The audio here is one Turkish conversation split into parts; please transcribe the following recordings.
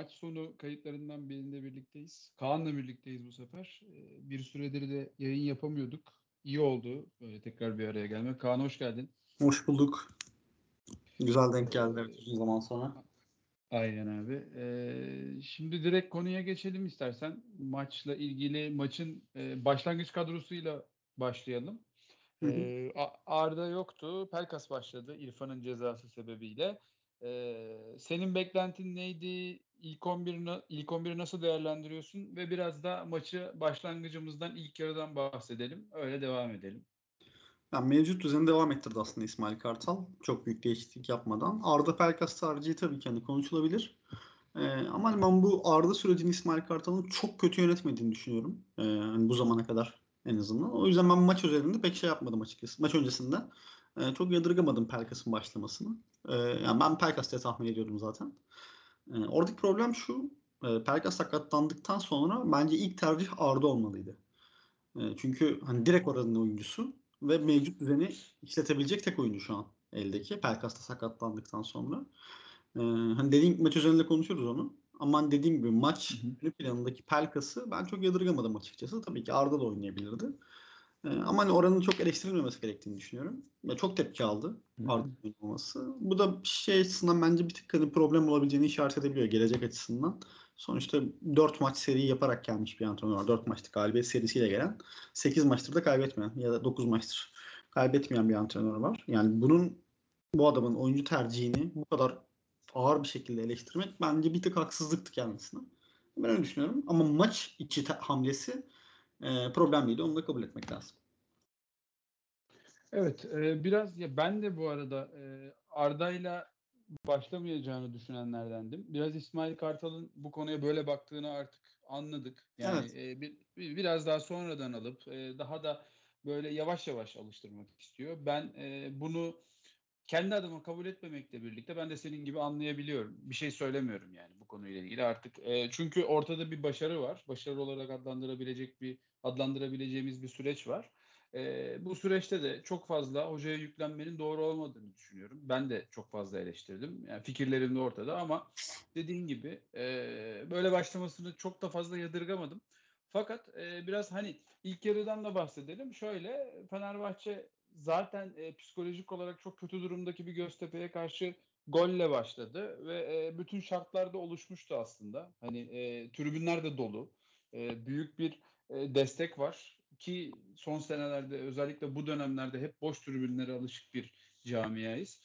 maç sonu kayıtlarından birinde birlikteyiz. Kaan'la birlikteyiz bu sefer. Bir süredir de yayın yapamıyorduk. İyi oldu böyle tekrar bir araya gelmek. Kaan hoş geldin. Hoş bulduk. Güzel denk geldi evet, Ee, uzun zaman sonra. aynen abi. Şimdi direkt konuya geçelim istersen. Maçla ilgili maçın başlangıç kadrosuyla başlayalım. Hı hı. Arda yoktu. Pelkas başladı İrfan'ın cezası sebebiyle. Senin beklentin neydi? İlk 11'i nasıl değerlendiriyorsun? Ve biraz da maçı başlangıcımızdan ilk yarıdan bahsedelim. Öyle devam edelim. Yani mevcut düzeni devam ettirdi aslında İsmail Kartal. Çok büyük değişiklik yapmadan. Arda Pelkas tercihi tabii ki hani konuşulabilir. Ama hani ben bu Arda sürecini İsmail Kartal'ın çok kötü yönetmediğini düşünüyorum. Hani bu zamana kadar en azından. O yüzden ben maç üzerinde pek şey yapmadım açıkçası. Maç öncesinde çok yadırgamadım Pelkas'ın başlamasını. Yani ben Pelkas diye tahmin ediyordum zaten. Oradaki problem şu. Pelkas sakatlandıktan sonra bence ilk tercih Arda olmalıydı. Çünkü hani direkt oranın oyuncusu ve mevcut düzeni işletebilecek tek oyuncu şu an eldeki. Pelkas da sakatlandıktan sonra. Hani dediğim maç üzerinde konuşuruz onu. Ama hani dediğim gibi Hı maç hı. planındaki Pelkas'ı ben çok yadırgamadım açıkçası. Tabii ki Arda da oynayabilirdi. Ama hani oranın çok eleştirilmemesi gerektiğini düşünüyorum. Ya çok tepki aldı Hı hı. Arda'nın oynaması. Bu da şey açısından bence bir tık hani problem olabileceğini işaret edebiliyor gelecek açısından. Sonuçta 4 maç seri yaparak gelmiş bir antrenör var. 4 maçlık galibiyet serisiyle gelen. 8 maçtır da kaybetmeyen ya da 9 maçtır kaybetmeyen bir antrenör var. Yani bu adamın oyuncu tercihini bu kadar ağır bir şekilde eleştirmek bence bir tık haksızlıktı kendisine. Ben öyle düşünüyorum. Ama maç içi hamlesi problemliydi. Onu da kabul etmek lazım. Evet, biraz ya ben de bu arada Arda'yla başlamayacağını düşünenlerdendim. Biraz İsmail Kartal'ın bu konuya böyle baktığını artık anladık. Yani Evet. biraz daha sonradan alıp daha da böyle yavaş yavaş alıştırmak istiyor. Ben bunu kendi adıma kabul etmemekle birlikte ben de senin gibi anlayabiliyorum. Bir şey söylemiyorum yani bu konuyla ilgili artık. Çünkü ortada bir başarı var. Başarı olarak adlandırabileceğimiz bir süreç var. Bu süreçte de çok fazla hocaya yüklenmenin doğru olmadığını düşünüyorum. Ben de çok fazla eleştirdim. Yani fikirlerim de ortada ama dediğin gibi böyle başlamasını çok da fazla yadırgamadım. Fakat biraz hani ilk yarıdan da bahsedelim. Şöyle Fenerbahçe zaten psikolojik olarak çok kötü durumdaki bir Göztepe'ye karşı golle başladı ve bütün şartlarda oluşmuştu aslında. Hani tribünler de dolu. Büyük bir destek var ki son senelerde özellikle bu dönemlerde hep boş tribünlere alışık bir camiayız.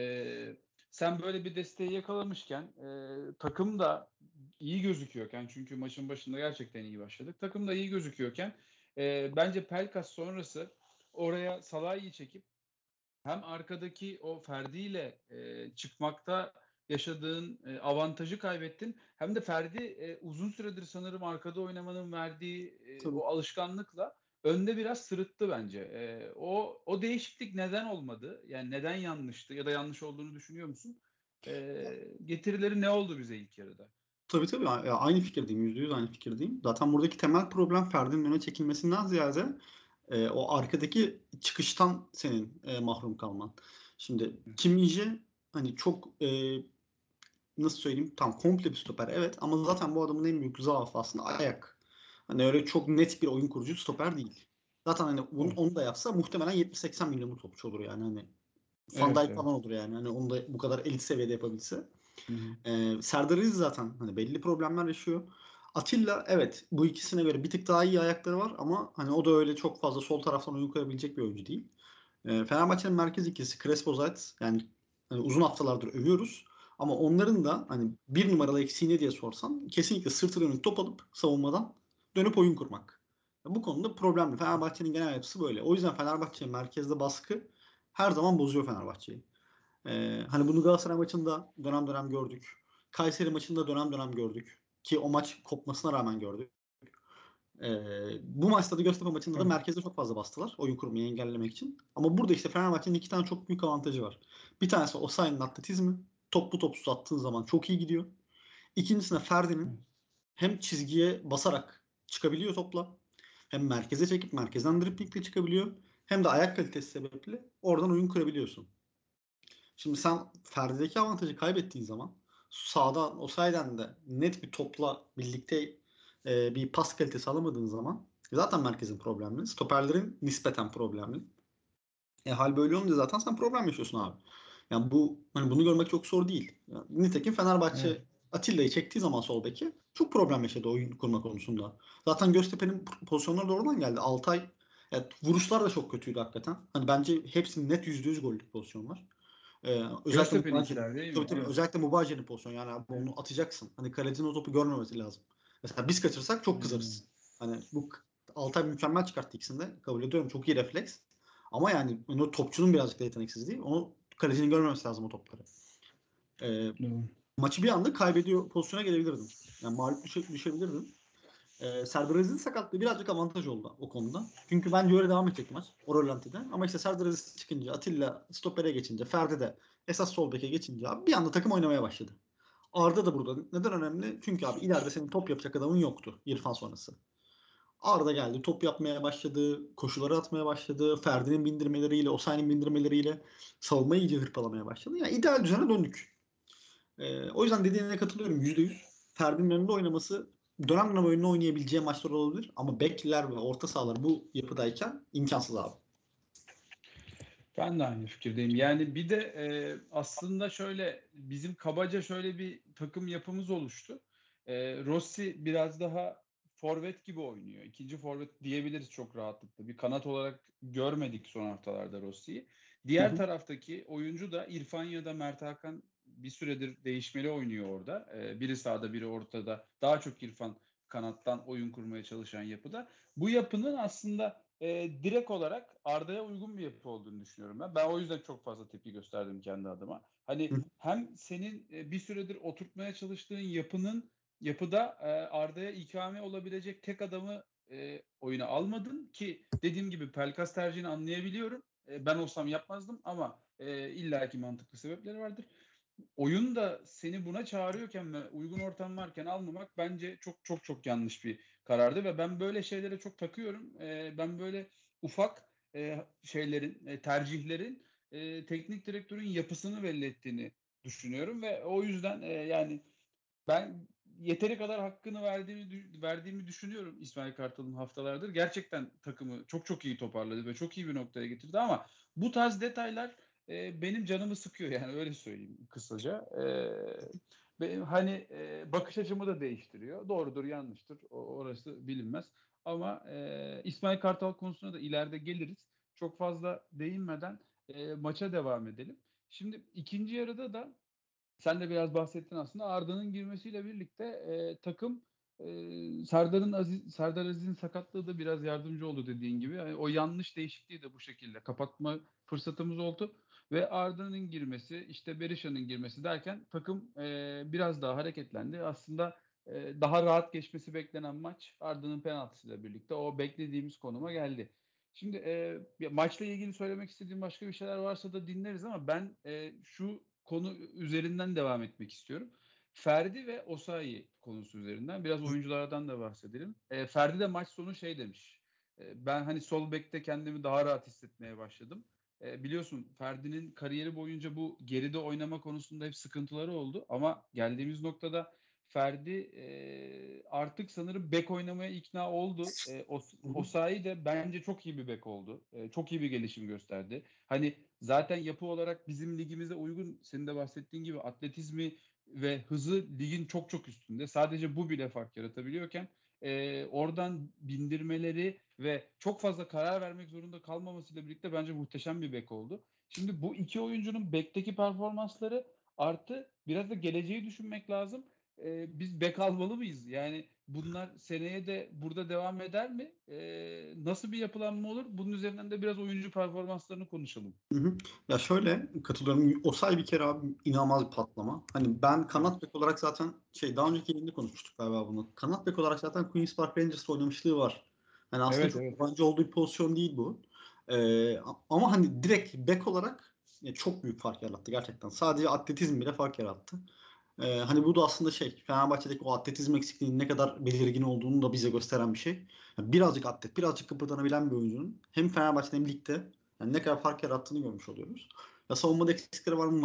Sen böyle bir desteği yakalamışken takım da iyi gözüküyorken çünkü maçın başında gerçekten iyi başladık. Takım da iyi gözüküyorken bence Pelkas sonrası oraya Salah'ı çekip hem arkadaki o Ferdi ile çıkmakta yaşadığın avantajı kaybettin. Hem de Ferdi uzun süredir sanırım arkada oynamanın verdiği Tabii. o alışkanlıkla önde biraz sırıttı bence. O değişiklik neden olmadı? Yani neden yanlıştı ya da yanlış olduğunu düşünüyor musun? Getirileri ne oldu bize ilk yarıda? Tabii. Aynı fikirdeyim. %100 aynı fikirdeyim. Zaten buradaki temel problem Ferdi'nin öne çekilmesinden ziyade o arkadaki çıkıştan senin mahrum kalman. Şimdi Hı Kim Min-jae hani çok nasıl söyleyeyim tam komple bir stoper evet ama zaten bu adamın en büyük zaafı aslında ayak. Hani öyle çok net bir oyun kurucu stoper değil. Zaten hani Evet. onu da yapsa muhtemelen 70-80 milyonluk topçu olur yani hani Van Evet, Dijk falan evet. olur yani. Hani onu da bu kadar elit seviyede yapabilse. Hı hı. Serdar Aziz zaten hani belli problemler yaşıyor. Atilla evet bu ikisine göre bir tık daha iyi ayakları var ama hani o da öyle çok fazla sol taraftan oyun kurabilecek bir oyuncu değil. Fenerbahçe'nin merkez ikisi Crespo Zayt yani hani uzun haftalardır övüyoruz. Ama onların da hani bir numaralı eksiği ne diye sorsan kesinlikle sırtı dönük top alıp savunmadan dönüp oyun kurmak. Bu konuda problemli. Fenerbahçe'nin genel yapısı böyle. O yüzden Fenerbahçe merkezde baskı her zaman bozuyor Fenerbahçe'yi. Hani bunu Galatasaray maçında dönem dönem gördük. Kayseri maçında dönem dönem gördük. Ki o maç kopmasına rağmen gördük. Bu maçta da Göztepe maçında da Evet. merkezde çok fazla bastılar. Oyun kurmayı engellemek için. Ama burada işte Fenerbahçe'nin iki tane çok büyük avantajı var. Bir tanesi Osayi'nin atletizmi. Toplu topsuz attığın zaman çok iyi gidiyor. İkincisine Ferdi'nin Evet. hem çizgiye basarak çıkabiliyor topla. Hem merkeze çekip merkezden driplingle çıkabiliyor. Hem de ayak kalitesi sebeple oradan oyun kurabiliyorsun. Şimdi sen Ferdi'deki avantajı kaybettiğin zaman sağdan o sayeden de net bir topla birlikte bir pas kalitesi alamadığın zaman zaten merkezin problemli. Stoperlerin nispeten problemli. Hal böyle olunca zaten sen problem yaşıyorsun abi. Yani hani bunu görmek çok zor değil. Yani nitekim Fenerbahçe Evet. Atilla'yı çektiği zaman sol beki çok problem yaşadı oyun kurma konusunda. Zaten Göztepe'nin pozisyonları da oradan geldi. Altay vuruşlar da çok kötüydü hakikaten. Hani bence hepsinin net %100 gollük pozisyon var. Özellikle Mubace'nin. Göztepe'ninkiler değil Tabii mi? tabii. Evet. Özellikle Mubace'nin pozisyonu. Yani abi onu atacaksın. Hani kalecinin o topu görmemesi lazım. Mesela biz kaçırsak çok Hmm. kızarız. Hani bu Altay mükemmel çıkarttı ikisini de. Kabul ediyorum. Çok iyi refleks. Ama yani o topçunun birazcık da yeteneksizliği. Onu kalecinin görmemesi lazım o topları. Ee, Doğru. Maçı bir anda kaybediyor pozisyona gelebilirdin. Yani mağlup düşebilirdin. Serdar Aziz'in sakatlığı birazcık avantaj oldu o konuda. Çünkü bence öyle devam edecek maç. O rölantide. Ama işte Serdar Aziz çıkınca, Atilla stopere geçince, Ferdi de esas sol beke geçince abi bir anda takım oynamaya başladı. Arda da burada. Neden önemli? Çünkü abi ileride senin top yapacak adamın yoktu İrfan sonrası. Arda geldi. Top yapmaya başladı. Koşuları atmaya başladı. Ferdi'nin bindirmeleriyle, Osayi'nin bindirmeleriyle savunmayı iyice hırpalamaya başladı. Yani ideal düzene döndük. O yüzden dediğine katılıyorum %100. Ferdi'nin önünde oynaması dönem dönem oyununu oynayabileceği maçlar olabilir. Ama bekler ve orta sahalar bu yapıdayken imkansız abi. Ben de aynı fikirdeyim. Yani bir de aslında şöyle bizim kabaca şöyle bir takım yapımız oluştu. Rossi biraz daha forvet gibi oynuyor. İkinci forvet diyebiliriz çok rahatlıkla. Bir kanat olarak görmedik son haftalarda Rossi'yi. Hı Diğer hı. taraftaki oyuncu da İrfan ya da Mert Hakan bir süredir değişmeli oynuyor orada. Biri sağda biri ortada. Daha çok İrfan kanattan oyun kurmaya çalışan yapıda. Bu yapının aslında direkt olarak Arda'ya uygun bir yapı olduğunu düşünüyorum ben. Ben o yüzden çok fazla tepki gösterdim kendi adıma. Hani Hı hem senin bir süredir oturtmaya çalıştığın yapıda Arda'ya ikame olabilecek tek adamı oyuna almadın ki dediğim gibi Pelkas tercihini anlayabiliyorum. Ben olsam yapmazdım ama illaki mantıklı sebepleri vardır. Oyun da seni buna çağırıyorken ve uygun ortam varken almamak bence çok çok çok yanlış bir karardı ve ben böyle şeylere çok takıyorum. Ben böyle ufak şeylerin, tercihlerin teknik direktörün yapısını belli ettiğini düşünüyorum ve o yüzden yani ben yeteri kadar hakkını verdiğimi düşünüyorum İsmail Kartal'ın haftalardır. Gerçekten takımı çok çok iyi toparladı ve çok iyi bir noktaya getirdi ama bu tarz detaylar benim canımı sıkıyor yani öyle söyleyeyim kısaca. Hani bakış açımı da değiştiriyor. Doğrudur, yanlıştır. Orası bilinmez. Ama İsmail Kartal konusuna da ileride geliriz. Çok fazla değinmeden maça devam edelim. Şimdi ikinci yarıda da sen de biraz bahsettin aslında. Arda'nın girmesiyle birlikte takım Serdar Aziz'in sakatlığı da biraz yardımcı oldu dediğin gibi. Yani o yanlış değişikliği de bu şekilde kapatma fırsatımız oldu. Ve Arda'nın girmesi, işte Berisha'nın girmesi derken takım biraz daha hareketlendi. Aslında daha rahat geçmesi beklenen maç Arda'nın penaltısıyla birlikte o beklediğimiz konuma geldi. Şimdi maçla ilgili söylemek istediğim başka bir şeyler varsa da dinleriz ama ben şu konu üzerinden devam etmek istiyorum. Ferdi ve Osayi konusu üzerinden biraz oyunculardan da bahsedelim. Ferdi de maç sonu şey demiş. Ben hani sol bekte kendimi daha rahat hissetmeye başladım. Biliyorsun Ferdi'nin kariyeri boyunca bu geride oynama konusunda hep sıkıntıları oldu ama geldiğimiz noktada Ferdi artık sanırım bek oynamaya ikna oldu. hı. Osayi de bence çok iyi bir bek oldu. Çok iyi bir gelişim gösterdi. Hani zaten yapı olarak bizim ligimize uygun, senin de bahsettiğin gibi atletizmi ve hızı ligin çok çok üstünde. Sadece bu bile fark yaratabiliyorken oradan bindirmeleri ve çok fazla karar vermek zorunda kalmamasıyla birlikte bence muhteşem bir bek oldu. Şimdi bu iki oyuncunun bekteki performansları artı biraz da geleceği düşünmek lazım. Biz bek almalı mıyız? Yani bunlar seneye de burada devam eder mi? Nasıl bir yapılanma olur? Bunun üzerinden de biraz oyuncu performanslarını konuşalım. Hı hı. Ya şöyle katılıyorum. Osay bir kere abi inanılmaz bir patlama. Hani ben Evet. kanat bek olarak zaten daha önceki yayında konuşmuştuk galiba bunu. Kanat bek olarak zaten Queen's Park Rangers'ta oynamışlığı var. Hani aslında Evet, çok evet. yabancı olduğu bir pozisyon değil bu. Ama hani direkt bek olarak çok büyük fark yarattı gerçekten. Sadece atletizm bile fark yarattı. Hani bu da aslında Fenerbahçe'deki o atletizm eksikliğinin ne kadar belirgin olduğunu da bize gösteren bir şey. Yani birazcık atlet, birazcık kıpırdanabilen bir oyuncunun hem Fenerbahçe'de hem ligde yani ne kadar fark yarattığını görmüş oluyoruz. Ya savunmada eksikleri var mı? Var.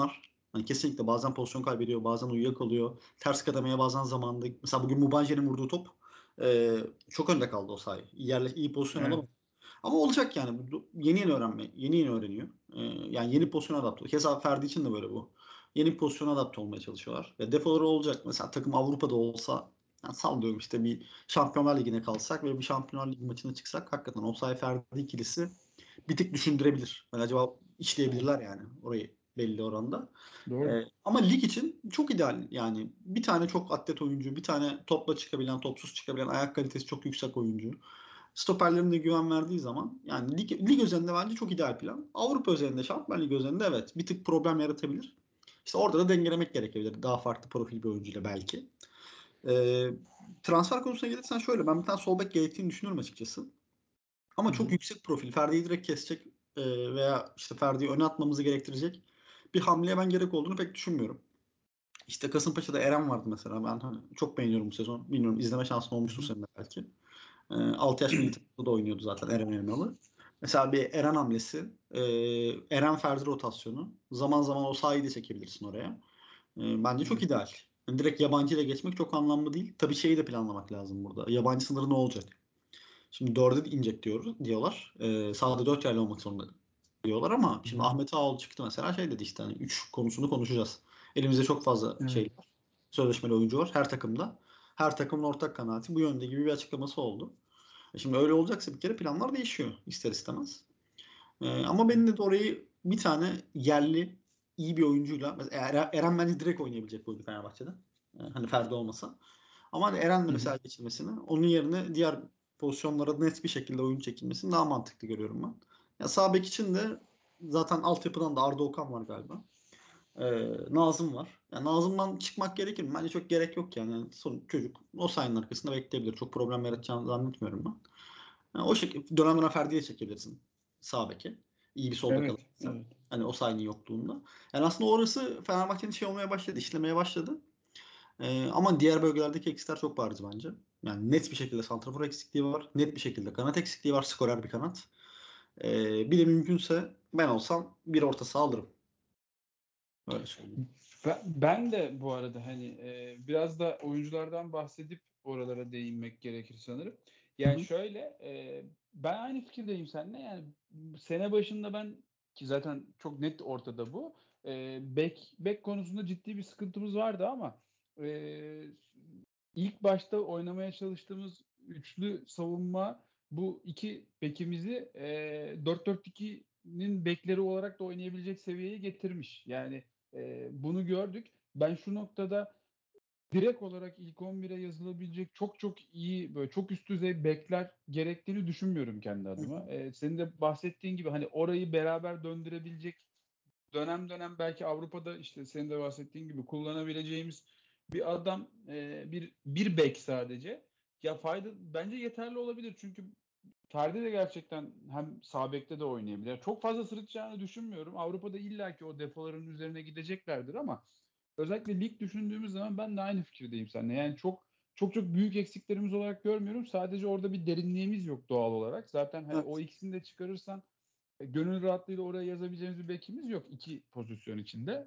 Hani kesinlikle bazen pozisyon kaybediyor, bazen uyuyakalıyor. Ters kademeye bazen zamanında. Mesela bugün Mubanje'nin vurduğu top çok önde kaldı o sayı. İyi pozisyon Evet. alamadı. Ama olacak yani. Yeni yeni öğreniyor. Yani yeni pozisyona adapte oluyor. Keza Ferdi için de böyle bu. Yeni bir pozisyona adapte olmaya çalışıyorlar. Ve defoları olacak. Mesela takım Avrupa'da olsa, yani sallıyorum işte bir Şampiyonlar Ligi'ne kalsak ve bir Şampiyonlar Ligi maçına çıksak hakikaten Osayi Ferdi ikilisi bir tık düşündürebilir. Yani acaba işleyebilirler yani orayı belli oranda. Doğru. Ama lig için çok ideal. Yani bir tane çok atlet oyuncu, bir tane topla çıkabilen, topsuz çıkabilen, ayak kalitesi çok yüksek oyuncu. Stoperlerine güven verdiği zaman yani lig özelinde bence çok ideal plan. Avrupa özelinde, Şampiyonlar Ligi özelinde evet bir tık problem yaratabilir. İşte orada da dengelemek gerekebilir. Daha farklı profil bir oyuncuyla belki. Ee, Transfer konusuna gelirsen şöyle. Ben bir tane sol bek gerektiğini düşünüyorum açıkçası. Hı Ama çok hı. yüksek profil. Ferdi'yi direkt kesecek veya işte Ferdi'yi öne atmamızı gerektirecek bir hamleye ben gerek olduğunu pek düşünmüyorum. İşte Kasımpaşa'da Eren vardı mesela. Ben hani çok beğeniyorum bu sezon. Bilmiyorum izleme şansın Hı olmuştur hı. senin de belki. 6 yaş milli takımda da oynuyordu zaten Eren Elmalı. Mesela bir Eren hamlesi, Eren Ferdi rotasyonu. Zaman zaman o sahayı da çekebilirsin oraya. Bence çok Evet. ideal. Yani direkt yabancı ile geçmek çok anlamlı değil. Tabii şeyi de planlamak lazım burada. Yabancı sınırı ne olacak? Şimdi 4'e inecek diyorlar. Sahada 4 yerli olmak zorunda diyorlar ama Hı şimdi hı. Ahmet Ağaoğlu çıktı mesela şey dedi işte hani 3 konusunu konuşacağız. Elimizde çok fazla Evet. şey sözleşmeli oyuncu var her takımda. Her takımın ortak kanaati bu yönde gibi bir açıklaması oldu. Şimdi öyle olacaksa bir kere planlar değişiyor ister istemez. Ama benim de orayı bir tane yerli iyi bir oyuncuyla mesela Eren bence direkt oynayabilecek bir oyuncu Fenerbahçe'de. Hani Ferdi olmasa. Ama hani Eren'le Hı hı. mesela geçilmesini onun yerine diğer pozisyonlara net bir şekilde oyun çekilmesini daha mantıklı görüyorum ben. Ya sağ bek için de zaten altyapıdan da Arda Okan var galiba. Nazım var. Yani Nazım'dan çıkmak gerekir mi? Bence çok gerek yok yani. Yani son çocuk o sayının arkasında bekleyebilir. Çok problem yaratacağını zannetmiyorum ben. Yani o şekilde dönem dönem Ferdi'ye çekebilirsin sağ beke. İyi bir sol bek Evet. alırsa. Evet. Hani o sayının yokluğunda. Yani aslında orası Fenerbahçe'nin şey olmaya başladı, işlemeye başladı. Ama diğer bölgelerdeki eksikler çok bariz bence. Yani net bir şekilde santrafor eksikliği var. Net bir şekilde kanat eksikliği var. Skorer bir kanat. Bir de mümkünse ben olsam bir orta saha alırım. Öyle söyleyeyim. Ben de bu arada hani biraz da oyunculardan bahsedip oralara değinmek gerekir sanırım. Hı Yani hı. şöyle ben aynı fikirdeyim seninle. Yani sene başında ben ki zaten çok net ortada bu. Bek konusunda ciddi bir sıkıntımız vardı ama e, ilk başta oynamaya çalıştığımız üçlü savunma bu iki bekimizi 4-4-2'nin bekleri olarak da oynayabilecek seviyeye getirmiş. Yani bunu gördük. Ben şu noktada direkt olarak ilk 11'e yazılabilecek çok çok iyi böyle çok üst düzey bekler gerektiğini düşünmüyorum kendi Hı adıma. hı. Senin de bahsettiğin gibi hani orayı beraber döndürebilecek dönem dönem belki Avrupa'da işte senin de bahsettiğin gibi kullanabileceğimiz bir adam bir bek sadece ya fayda bence yeterli olabilir çünkü Ferdi de gerçekten hem sağ bekte de oynayabilir. Çok fazla sırıtacağını düşünmüyorum. Avrupa'da illaki o defoların üzerine gideceklerdir ama özellikle lig düşündüğümüz zaman ben de aynı fikirdeyim seninle. Yani çok büyük eksiklerimiz olarak görmüyorum. Sadece orada bir derinliğimiz yok doğal olarak. Zaten hani o Evet. ikisini de çıkarırsan gönül rahatlığıyla oraya yazabileceğimiz bir bekimiz yok iki pozisyon içinde.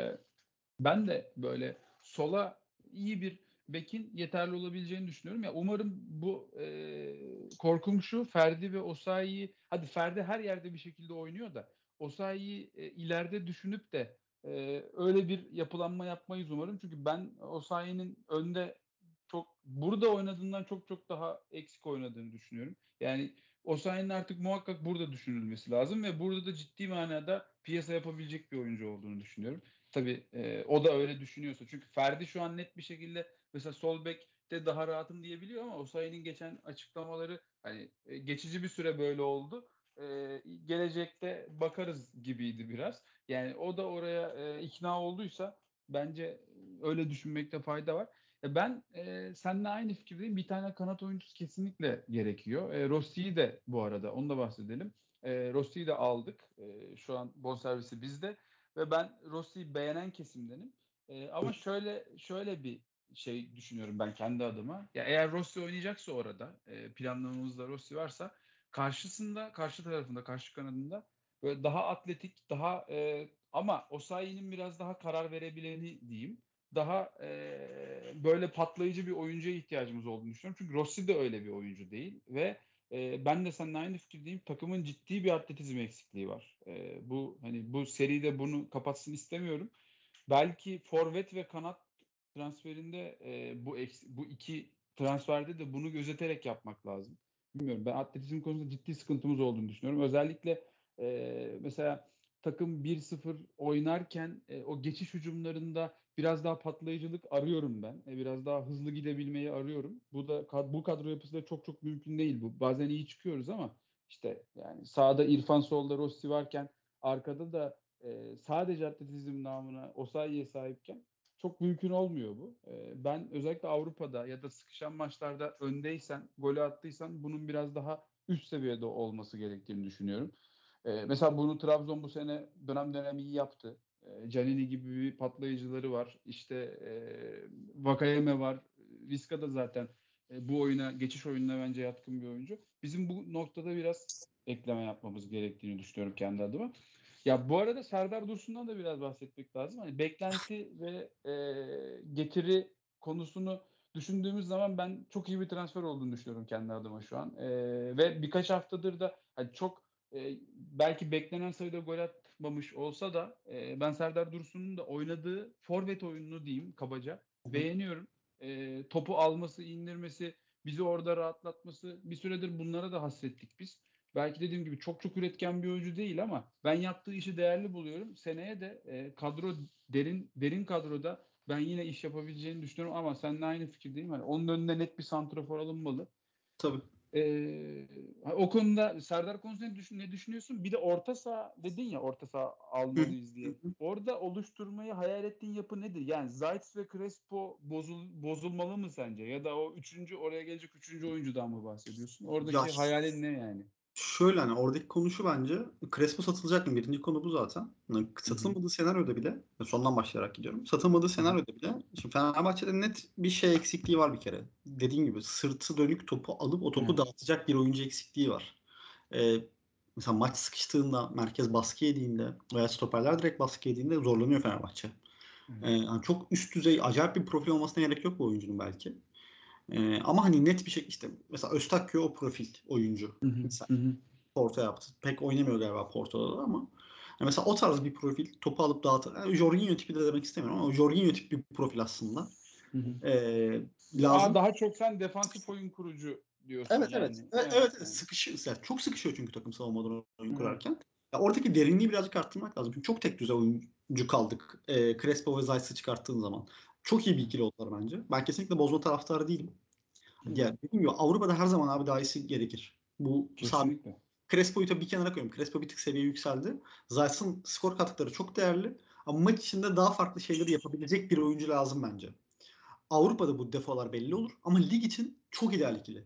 Ben de böyle sola iyi bir bekin yeterli olabileceğini düşünüyorum. Ya umarım bu korkum şu Ferdi ve Osayi'yi hadi Ferdi her yerde bir şekilde oynuyor da Osayi'yi ileride düşünüp de öyle bir yapılanma yapmayız umarım. Çünkü ben Osayi'nin önde çok burada oynadığından çok daha eksik oynadığını düşünüyorum. Yani Osayi'nin artık muhakkak burada düşünülmesi lazım ve burada da ciddi manada piyasa yapabilecek bir oyuncu olduğunu düşünüyorum. Tabii o da öyle düşünüyorsa. Çünkü Ferdi şu an net bir şekilde mesela sol bekte daha rahatım diyebiliyor ama Osayi'nin geçen açıklamaları hani geçici bir süre böyle oldu. Gelecekte bakarız gibiydi biraz. Yani o da oraya ikna olduysa bence öyle düşünmekte fayda var. Ben seninle aynı fikirdeyim. Bir tane kanat oyuncusu kesinlikle gerekiyor. Rossi'yi de bu arada onu da bahsedelim. Rossi'yi de aldık. Şu an bonservisi bizde. Ve ben Rossi'yi beğenen kesimdenim. Ama şöyle bir şey düşünüyorum ben kendi adıma. Ya eğer Rossi oynayacaksa orada planlamamızda Rossi varsa karşı tarafında, karşı kanadında Böyle daha atletik, daha ama Osayi'nin biraz daha karar verebileni diyeyim. Daha böyle patlayıcı bir oyuncuya ihtiyacımız olduğunu düşünüyorum. Çünkü Rossi de öyle bir oyuncu değil ve ben de seninle aynı fikirdeyim. Takımın ciddi bir atletizm eksikliği var. Bu hani bu seride bunu kapatsın istemiyorum. Belki forvet ve kanat transferinde bu iki transferde de bunu gözeterek yapmak lazım. Bilmiyorum. Ben atletizm konusunda ciddi sıkıntımız olduğunu düşünüyorum. Özellikle mesela takım 1-0 oynarken o geçiş hücumlarında biraz daha patlayıcılık arıyorum ben. Biraz daha hızlı gidebilmeyi arıyorum. Bu da bu kadro yapısında çok çok mümkün değil bu. Bazen iyi çıkıyoruz ama işte yani sağda İrfan, solda Rossi varken arkada da sadece atletizm namına Osayi'ye sahipken çok mümkün olmuyor bu. Ben özellikle Avrupa'da ya da sıkışan maçlarda öndeysen, golü attıysan bunun biraz daha üst seviyede olması gerektiğini düşünüyorum. Mesela bunu Trabzon bu sene dönem dönem iyi yaptı. Canini gibi bir patlayıcıları var. İşte Vakayeme var. Viska da zaten bu oyuna, geçiş oyununa bence yatkın bir oyuncu. Bizim bu noktada biraz ekleme yapmamız gerektiğini düşünüyorum kendi adıma. Ya bu arada Serdar Dursun'dan da biraz bahsetmek lazım. Hani beklenti ve getiri konusunu düşündüğümüz zaman ben çok iyi bir transfer olduğunu düşünüyorum kendi adıma şu an. Ve birkaç haftadır da hani çok belki beklenen sayıda gol atmamış olsa da ben Serdar Dursun'un da oynadığı forvet oyununu diyeyim kabaca beğeniyorum. Topu alması, indirmesi, bizi orada rahatlatması bir süredir bunlara da hasrettik biz. Belki dediğim gibi çok çok üretken bir oyuncu değil ama ben yaptığı işi değerli buluyorum. Seneye de kadro derin kadroda ben yine iş yapabileceğini düşünüyorum ama seninle aynı fikirdeyim. Yani onun önüne net bir santrafor alınmalı. Tabii. O konuda Serdar konusunda ne düşünüyorsun? Bir de orta saha dedin ya orta saha Hı hı. almalıyız diye. Orada oluşturmayı hayal ettiğin yapı nedir? Yani Zayt ve Crespo bozulmalı mı sence? Ya da o oraya gelecek üçüncü oyuncudan mı bahsediyorsun? Ya Oradaki hayalin ne yani? şöyle hani oradaki konu şu bence. Crespo satılacak mı? Birinci konu bu zaten. Yani Hı hı. satılmadığı senaryoda bile sondan başlayarak gidiyorum. Satılmadığı Hı hı. senaryoda bile şimdi Fenerbahçe'de net bir şey eksikliği var bir kere. Dediğin gibi sırtı dönük topu alıp o topu Evet. dağıtacak bir oyuncu eksikliği var. Ee, Mesela maç sıkıştığında, merkez baskı yediğinde veya stoperler direkt baskı yediğinde zorlanıyor Fenerbahçe. Evet. Yani çok üst düzey acayip bir profil olmasına gerek yok bu oyuncunun belki. Ama hani net bir şey işte mesela Öztakyo o profil oyuncu. Hı hı. Mesela Hı hı. Porto yaptı. Pek oynamıyor galiba Porto'da da ama yani mesela o tarz bir profil topu alıp dağıtır. Yani Jorginho tipi de demek istemiyorum ama Jorginho tipi bir profil aslında. Hı hı. Lazım. Daha çok sen defansif oyun kurucu diyorsun Evet evet. yani. Evet, Evet evet, evet. yani. Sıkışıyor. Yani çok sıkışıyor çünkü takım savunmadan oyun Evet. kurarken. Ya oradaki derinliği birazcık arttırmak lazım. Çünkü çok tek düze oyuncu kaldık. Crespo ve Zayt'sı çıkarttığın zaman. Çok iyi bir ikili oldular bence. Ben kesinlikle bozma taraftarı değilim. Hı hı. Ya dediğim gibi Avrupa'da her zaman abi daha iyisi gerekir. Bu sabit. Kesinlikle. Crespo'yu tabii bir kenara koyayım. Crespo bir tık seviye yükseldi. Zayt'sın skor katkıları çok değerli. Ama maç içinde daha farklı şeyleri yapabilecek bir oyuncu lazım bence. Avrupa'da bu defolar belli olur. Ama lig için çok ideal ikili.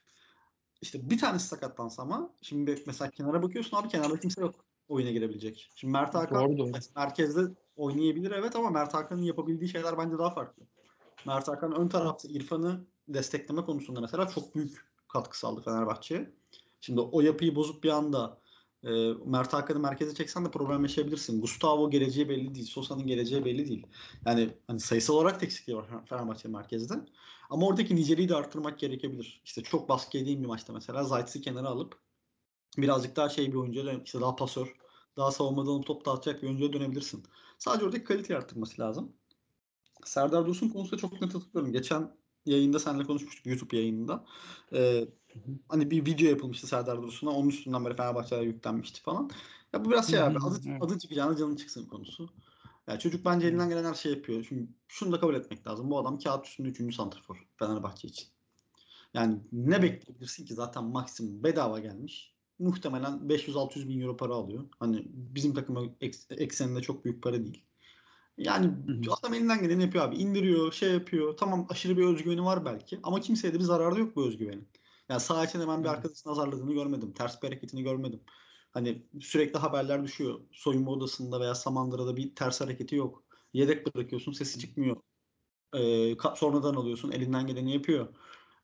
İşte bir tanesi sakatlansa ama şimdi mesela kenara bakıyorsun abi kenarda kimse yok oyuna girebilecek. Şimdi Mert Hakan Doğru doğru. evet, merkezde oynayabilir evet ama Mert Hakan'ın yapabildiği şeyler bence daha farklı. Mert Hakan ön tarafta İrfan'ı destekleme konusunda mesela çok büyük katkı sağladı Fenerbahçe'ye. Şimdi o yapıyı bozup bir anda Mert Hakan'ı merkeze çeksen de problem yaşayabilirsin. Gustavo geleceği belli değil. Sosa'nın geleceği belli değil. Yani hani sayısal olarak da eksikliği var Fenerbahçe merkezde. Ama oradaki niceliği de arttırmak gerekebilir. İşte çok baskı yediğim bir maçta mesela Zayt'sı kenara alıp birazcık daha şey bir oyuncuya dönüp işte daha pasör, daha savunmadan alıp top dağıtacak bir oyuncuya dönebilirsin. Sadece oradaki kaliteyi arttırması lazım. Serdar Dursun konusunda çok net hatırlıyorum. Geçen yayında seninle konuşmuştuk YouTube yayınında. Ee, Hı hı. Hani bir video yapılmıştı Serdar Dursun'a. Onun üstünden böyle Fenerbahçe'ye yüklenmişti falan. Ya bu biraz Hı şey hı. abi Evet. adı çıkacağına canın çıksın konusu. Ya çocuk bence Evet. elinden gelen her şeyi yapıyor. Şimdi şunu da kabul etmek lazım. Bu adam kağıt üstünde 3. santrafor Fenerbahçe için. Yani ne Evet. bekleyebilirsin ki zaten maksimum bedava gelmiş. Muhtemelen 500-600 bin euro para alıyor. Hani bizim takıma ekseninde çok büyük para değil. Yani Hı hı. adam elinden geleni yapıyor abi. İndiriyor, şey yapıyor. Tamam aşırı bir özgüveni var belki. Ama kimseye de bir zararı yok bu özgüvenin. Yani sağ içinde ben bir Evet. arkadaşın azarladığını görmedim. Ters bir hareketini görmedim. Hani sürekli haberler düşüyor. Soyunma odasında veya Samandıra'da bir ters hareketi yok. Yedek bırakıyorsun sesi çıkmıyor. Sonradan alıyorsun elinden geleni yapıyor.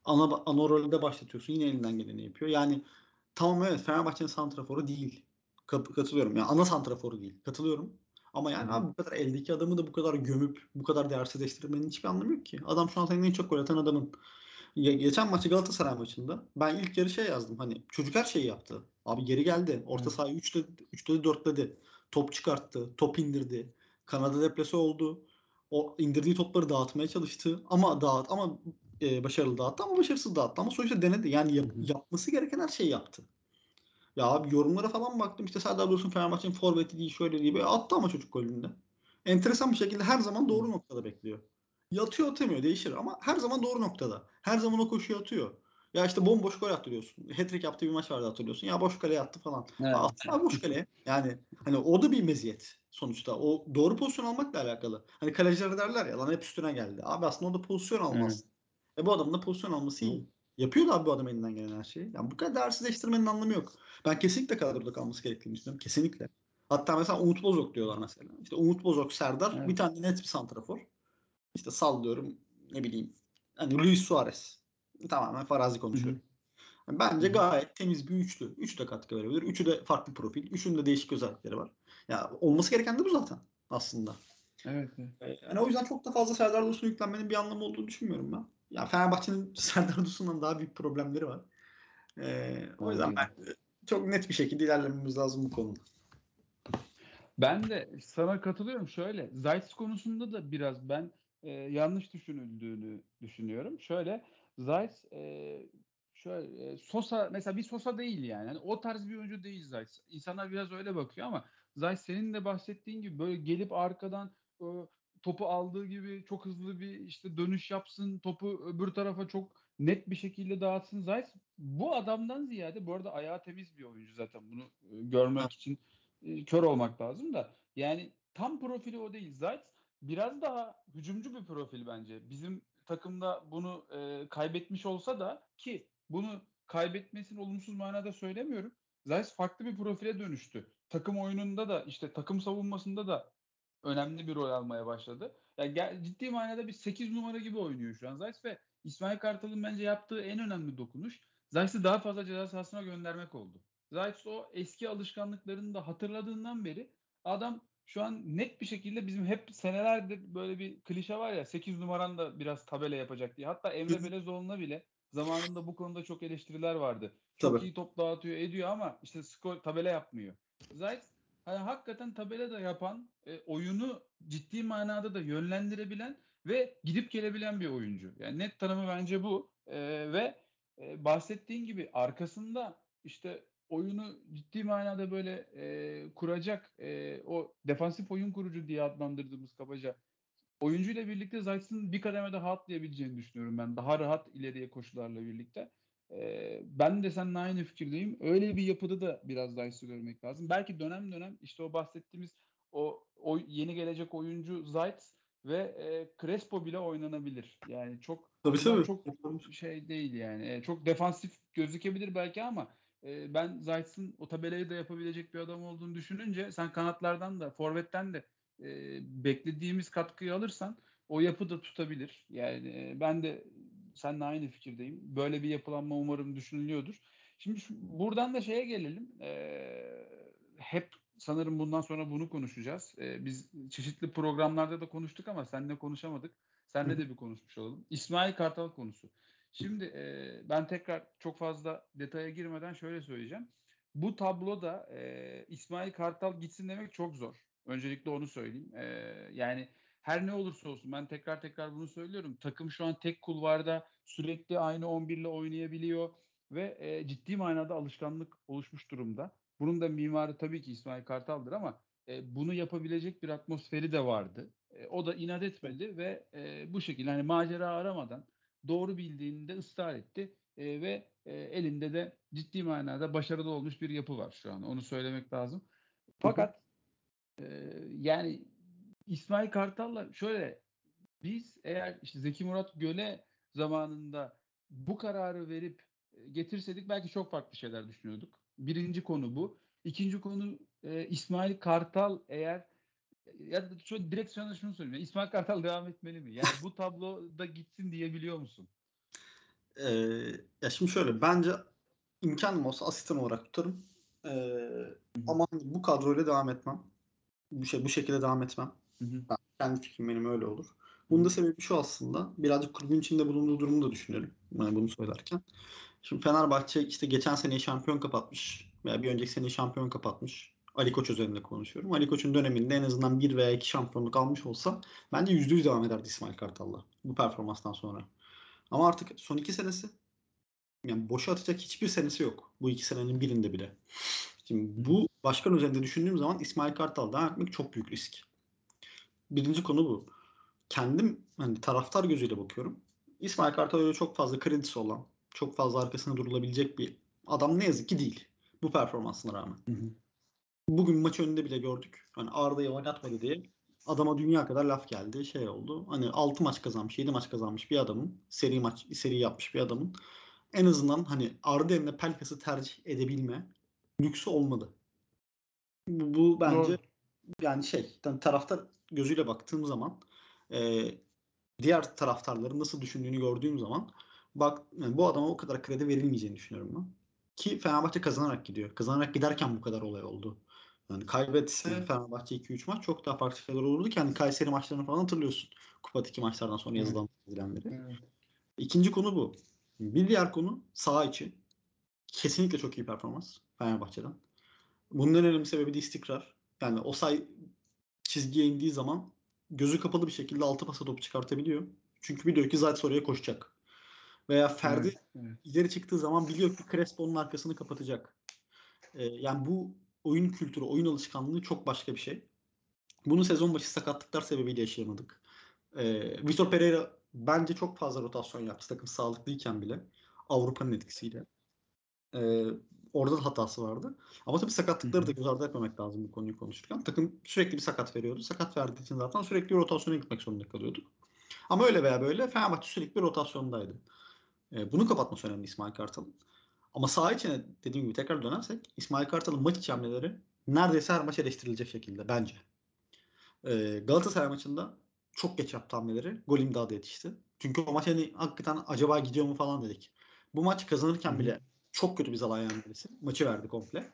Ana rolde başlatıyorsun yine elinden geleni yapıyor. Yani tamam evet Fenerbahçe'nin santraforu değil. Katılıyorum. Yani ana santraforu değil. Katılıyorum. Ama yani abi bu kadar eldeki adamı da bu kadar gömüp bu kadar değersizleştirmenin hiçbir anlamı yok ki. Adam şu an senin en çok gol atan adamın. Geçen maçı Galatasaray maçında ben ilk yarı şey yazdım. Hani çocuk her şeyi yaptı. Abi geri geldi. Orta Evet. sahayı 3'te 4'ledi. Top çıkarttı. Top indirdi. Kanada deplase oldu. O indirdiği topları dağıtmaya çalıştı. Ama başarılı dağıttı ama başarısız dağıttı. Ama sonuçta denedi. Yani yapması gereken her şeyi yaptı. Ya abi yorumlara falan baktım. İşte Serdar Dursun Fenerbahçe'nin forveti değil şöyle değil. Böyle attı ama çocuk golünde. Enteresan bir şekilde her zaman doğru noktada bekliyor. Yatıyor atamıyor değişir ama her zaman doğru noktada. Her zaman o koşuyu atıyor. Ya işte bomboş gol attırıyorsun. Hat-trick yaptığı bir maç vardı hatırlıyorsun. Ya boş kaleye attı falan. Evet. Atsana boş kaleye. Yani hani o da bir meziyet sonuçta. O doğru pozisyon almakla alakalı. Hani kaleciler derler ya lan hep üstüne geldi. Abi aslında o da pozisyon Evet. almaz. Bu adamın da pozisyon alması iyi. Yapıyor da abi bu adam elinden gelen her şeyi. Yani bu kadar değersizleştirmenin anlamı yok. Ben kesinlikle kadroda kalması gerektiğini düşünüyorum. Kesinlikle. Hatta mesela Umut Bozok diyorlar mesela. İşte Umut Bozok, Serdar bir Evet. tane net bir santrafor. İşte sallıyorum ne bileyim. Hani Luis Suarez. Tamamen farazi Hı hı. konuşuyorum. Yani Hı bence hı. gayet temiz bir üçlü. Üçü de katkı verebilir. Üçü de farklı profil. Üçünün de değişik özellikleri var. Ya olması gereken de bu zaten aslında. Evet. Evet. Yani o yüzden çok da fazla Serdar Dursun'a yüklenmenin bir anlamı olduğunu düşünmüyorum ben. Ya Fenerbahçe'nin Serdar Dursun'dan daha büyük problemleri var. O yüzden Bence de. ben çok net bir şekilde ilerlememiz lazım bu konuda. Ben de sana katılıyorum. Şöyle, Zayt konusunda da biraz ben yanlış düşünüldüğünü düşünüyorum. Şöyle, Zayt Sosa mesela bir Sosa değil yani. Hani o tarz bir oyuncu değil Zayt. İnsanlar biraz öyle bakıyor ama Zayt senin de bahsettiğin gibi böyle gelip arkadan e, topu aldığı gibi çok hızlı bir işte dönüş yapsın, topu öbür tarafa çok net bir şekilde dağıtsın. Zayt bu adamdan ziyade bu arada ayağı temiz bir oyuncu zaten. Bunu görmek için kör olmak lazım da. Yani tam profili o değil. Zayt biraz daha hücumcu bir profil bence. Bizim takımda bunu kaybetmiş olsa da ki bunu kaybetmesini olumsuz manada söylemiyorum. Zayt farklı bir profile dönüştü. Takım oyununda da işte takım savunmasında da önemli bir rol almaya başladı. Yani ciddi manada bir 8 numara gibi oynuyor şu an Zayt ve İsmail Kartal'ın bence yaptığı en önemli dokunuş Zayt'ı daha fazla ceza sahasına göndermek oldu. Zayt o eski alışkanlıklarını da hatırladığından beri adam şu an net bir şekilde bizim hep senelerdir böyle bir klişe var ya 8 numaran da biraz tabela yapacak diye. Hatta Emre Belezoğlu'na bile zamanında bu konuda çok eleştiriler vardı. Çok Tabii. iyi top dağıtıyor ediyor ama işte skor tabela yapmıyor. Zayt hani hakikaten tabela da yapan, oyunu ciddi manada da yönlendirebilen ve gidip gelebilen bir oyuncu. Yani net tanımı bence bu. Ve bahsettiğin gibi arkasında işte oyunu ciddi manada böyle kuracak o defansif oyun kurucu diye adlandırdığımız kabaca oyuncuyla birlikte Zayt'ın bir kademe daha atlayabileceğini düşünüyorum ben. Daha rahat ileriye koşularla birlikte. Ben de seninle aynı fikirdeyim. Öyle bir yapıda da biraz Zayt'ı görmek lazım. Belki dönem dönem işte o bahsettiğimiz o yeni gelecek oyuncu Zayt ve Crespo bile oynanabilir. Yani çok Tabii şu an tabii. çok şey değil yani. Çok defansif gözükebilir belki ama ben Zayt'ın o tabelayı da yapabilecek bir adam olduğunu düşününce sen kanatlardan da forvetten de beklediğimiz katkıyı alırsan o yapı da tutabilir. Yani ben de seninle aynı fikirdeyim. Böyle bir yapılanma umarım düşünülüyordur. Şimdi buradan da şeye gelelim. Hep sanırım bundan sonra bunu konuşacağız. Biz çeşitli programlarda da konuştuk ama seninle konuşamadık. Seninle de bir konuşmuş olalım. İsmail Kartal konusu. Şimdi ben tekrar çok fazla detaya girmeden şöyle söyleyeceğim. Bu tabloda İsmail Kartal gitsin demek çok zor. Öncelikle onu söyleyeyim. Yani her ne olursa olsun ben tekrar tekrar bunu söylüyorum. Takım şu an tek kulvarda sürekli aynı 11 ile oynayabiliyor ve ciddi manada alışkanlık oluşmuş durumda. Bunun da mimarı tabii ki İsmail Kartal'dır ama bunu yapabilecek bir atmosferi de vardı. O da inat etmedi ve bu şekilde hani macera aramadan doğru bildiğinde ısrar etti ve elinde de ciddi manada başarılı olmuş bir yapı var şu an. Onu söylemek lazım. Fakat yani İsmail Kartal'la şöyle biz eğer işte Zeki Murat Göle zamanında bu kararı verip getirseydik belki çok farklı şeyler düşünüyorduk. Birinci konu bu. İkinci konu İsmail Kartal eğer ya da şöyle direkt sana şunu söyleyeyim. İsmail Kartal devam etmeli mi? Yani bu tabloda gitsin diyebiliyor musun? Ya şimdi şöyle bence imkanım olsa asistan olarak tutarım. Ama bu kadroyla devam etmem. Bu şekilde devam etmem. Ben, kendi fikrim benim öyle olur. Bunun da sebebi şu aslında. Birazcık kulübün içinde bulunduğu durumu da düşünelim. Yani bunu söylerken. Şimdi Fenerbahçe işte geçen seneyi şampiyon kapatmış. Veya bir önceki seneyi şampiyon kapatmış. Ali Koç üzerinde konuşuyorum. Ali Koç'un döneminde en azından bir veya iki şampiyonluk almış olsa bence %100 devam ederdi İsmail Kartal'la. Bu performanstan sonra. Ama artık son 2 senesi, yani boşa atacak hiçbir senesi yok. Bu 2 senenin birinde bile. Şimdi bu başkan üzerinde düşündüğüm zaman İsmail Kartal devam etmek çok büyük risk. Birinci konu bu. Kendim hani taraftar gözüyle bakıyorum. İsmail Kartal öyle çok fazla kredisi olan, çok fazla arkasına durulabilecek bir adam ne yazık ki değil. Bu performansına rağmen. Bugün maç önünde bile gördük. Hani Arda'yı oynatmadı diye adama dünya kadar laf geldi. Şey oldu. Hani 6 maç kazanmış, 7 maç kazanmış bir adamın, seri yapmış bir adamın en azından hani Arda yerine Pelkas'ı tercih edebilme lüksü olmadı. Bu bence Doğru. yani taraftar gözüyle baktığım zaman e, diğer taraftarların nasıl düşündüğünü gördüğüm zaman yani bu adama o kadar kredi verilmeyeceğini düşünüyorum ben. Ki Fenerbahçe kazanarak gidiyor. Kazanarak giderken bu kadar olay oldu. Yani kaybetse Fenerbahçe 2-3 maç çok daha farklı şeyler olurdu ki hani Kayseri maçlarını falan hatırlıyorsun. Kupadaki maçlardan sonra yazılan dizilenleri. Evet. İkinci konu bu. Bir diğer konu saha içi. Kesinlikle çok iyi performans Fenerbahçe'den. Bunun en önemli sebebi de istikrar. Yani çizgiye indiği zaman gözü kapalı bir şekilde altı pasa topu çıkartabiliyor. Çünkü biliyor ki zaten oraya koşacak. Veya Ferdi Evet. ileri çıktığı zaman biliyor ki Crespo'nun arkasını kapatacak. Yani bu oyun kültürü, oyun alışkanlığı çok başka bir şey. Bunu sezon başı sakatlıklar sebebiyle yaşayamadık. Vitor Pereira bence çok fazla rotasyon yaptı takım sağlıklıyken bile. Avrupa'nın etkisiyle. Ee, Orada da hatası vardı. Ama tabii sakatlıkları da göz ardı etmemek lazım bu konuyu konuşurken. Takım sürekli bir sakat veriyordu. Sakat verdiği için zaten sürekli rotasyona gitmek zorunda kalıyorduk. Ama öyle veya böyle Fenerbahçe sürekli bir rotasyondaydı. Bunu kapatması önemli İsmail Kartal'ın. Ama saha içine dediğim gibi tekrar dönersek İsmail Kartal'ın maç içi hamleleri neredeyse her maç eleştirilecek şekilde bence. Galatasaray maçında çok geç yaptı hamleleri. Golüm daha da yetişti. Çünkü o maç hani hakikaten acaba gidiyor mu falan dedik. Bu maç kazanırken bile çok kötü bir Zalai hamlesi. Maçı verdi komple.